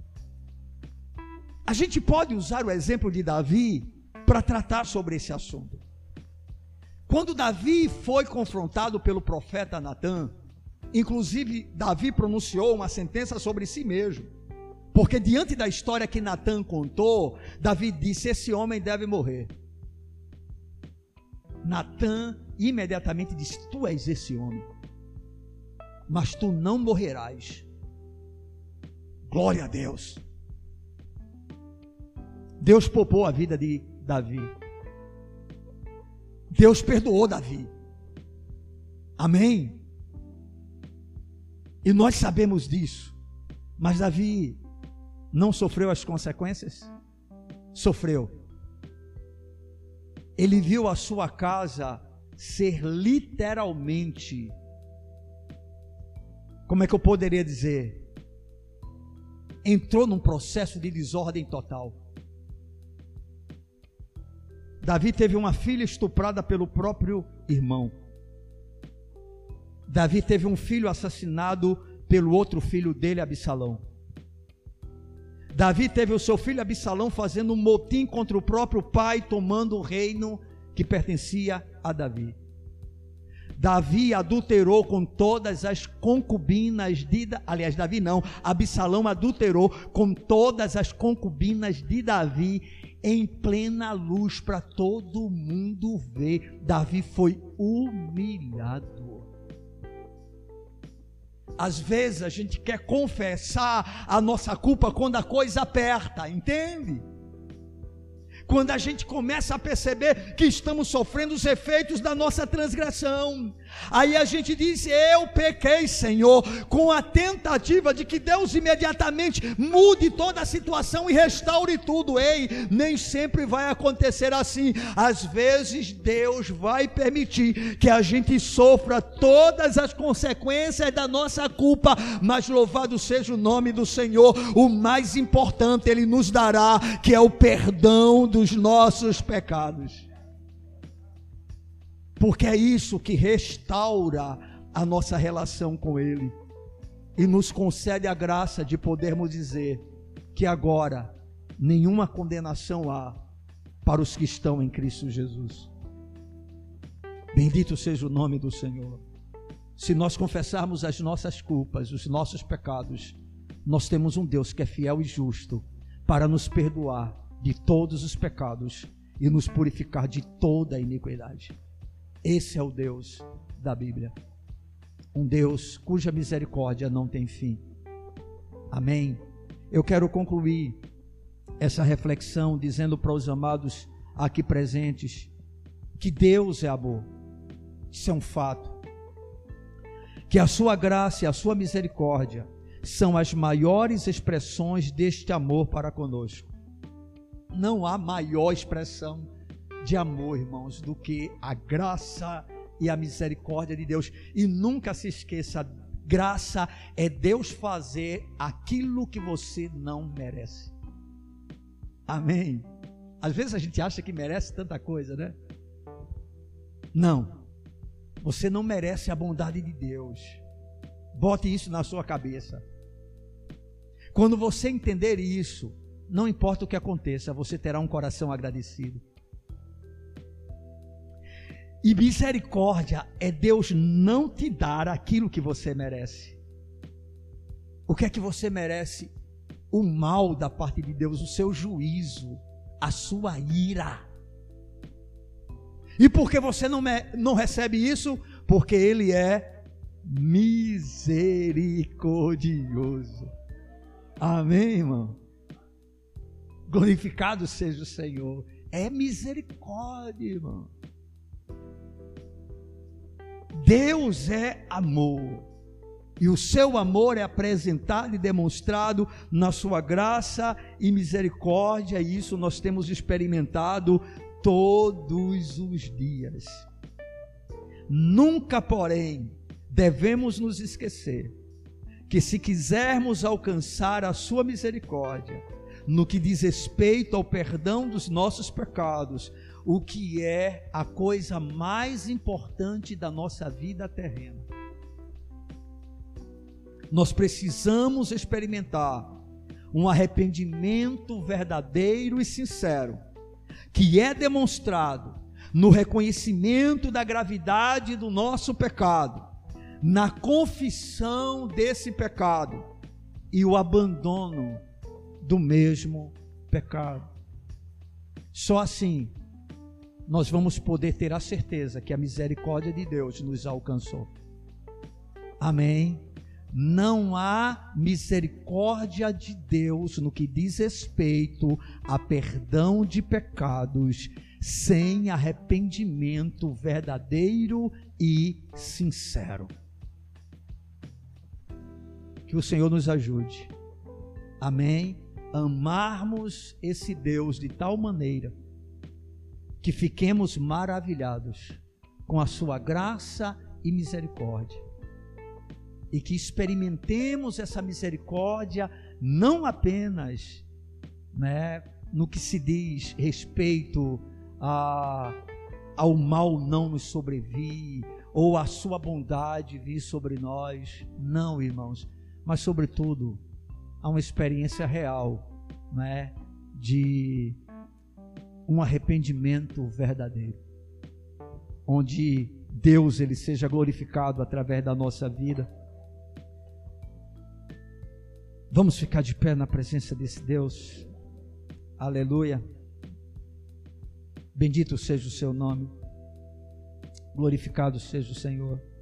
A gente pode usar o exemplo de Davi para tratar sobre esse assunto. Quando Davi foi confrontado pelo profeta Natã, inclusive Davi pronunciou uma sentença sobre si mesmo, porque diante da história que Natã contou, Davi disse: esse homem deve morrer. Natã imediatamente disse: tu és esse homem, mas tu não morrerás. Glória a Deus. Deus poupou a vida de Davi. Deus perdoou Davi. Amém? E nós sabemos disso. Mas Davi não sofreu as consequências? Sofreu. Ele viu a sua casa ser literalmente, como é que eu poderia dizer? Entrou num processo de desordem total. Davi teve uma filha estuprada pelo próprio irmão. Davi teve um filho assassinado pelo outro filho dele, Absalão. Davi teve o seu filho Absalão fazendo um motim contra o próprio pai, tomando o reino que pertencia a Davi. Davi adulterou com todas as concubinas Absalão adulterou com todas as concubinas de Davi em plena luz para todo mundo ver. Davi foi humilhado. Às vezes a gente quer confessar a nossa culpa quando a coisa aperta, entende? Quando a gente começa a perceber que estamos sofrendo os efeitos da nossa transgressão, aí a gente diz: eu pequei, Senhor, com a tentativa de que Deus imediatamente mude toda a situação e restaure tudo. Ei, nem sempre vai acontecer assim. Às vezes Deus vai permitir que a gente sofra todas as consequências da nossa culpa, mas louvado seja o nome do Senhor. O mais importante Ele nos dará, que é o perdão dos nossos pecados, porque é isso que restaura a nossa relação com Ele e nos concede a graça de podermos dizer que agora nenhuma condenação há para os que estão em Cristo Jesus. Bendito seja o nome do Senhor. Se nós confessarmos as nossas culpas, os nossos pecados, nós temos um Deus que é fiel e justo para nos perdoar de todos os pecados e nos purificar de toda a iniquidade. Esse é o Deus da Bíblia, um Deus cuja misericórdia não tem fim. Amém? Eu quero concluir essa reflexão, dizendo para os amados aqui presentes que Deus é amor. Isso é um fato. Que a sua graça e a sua misericórdia são as maiores expressões deste amor para conosco. Não há maior expressão de amor, irmãos, do que a graça e a misericórdia de Deus. E nunca se esqueça, graça é Deus fazer aquilo que você não merece. Amém? Às vezes a gente acha que merece tanta coisa, né? Não. Você não merece a bondade de Deus. Bote isso na sua cabeça. Quando você entender isso, não importa o que aconteça, você terá um coração agradecido. E misericórdia é Deus não te dar aquilo que você merece. O que é que você merece? O mal da parte de Deus, o seu juízo, a sua ira. E por que você não recebe isso? Porque Ele é misericordioso. Amém, irmão? Glorificado seja o Senhor. É misericórdia, irmão. Deus é amor. E o seu amor é apresentado e demonstrado na sua graça e misericórdia. E isso nós temos experimentado todos os dias. Nunca, porém, devemos nos esquecer que se quisermos alcançar a sua misericórdia, no que diz respeito ao perdão dos nossos pecados, o que é a coisa mais importante da nossa vida terrena, nós precisamos experimentar um arrependimento verdadeiro e sincero, que é demonstrado no reconhecimento da gravidade do nosso pecado, na confissão desse pecado e o abandono do mesmo pecado. Só assim nós vamos poder ter a certeza que a misericórdia de Deus nos alcançou. Amém? Não há misericórdia de Deus no que diz respeito a perdão de pecados sem arrependimento verdadeiro e sincero. Que o Senhor nos ajude. Amém? Amarmos esse Deus de tal maneira que fiquemos maravilhados com a sua graça e misericórdia. E que experimentemos essa misericórdia não apenas, no que se diz respeito ao mal não nos sobrevir, ou a sua bondade vir sobre nós. Não, irmãos, mas sobretudo a uma experiência real, de um arrependimento verdadeiro, onde Deus ele seja glorificado através da nossa vida. Vamos ficar de pé na presença desse Deus. Aleluia. Bendito seja o seu nome. Glorificado seja o Senhor.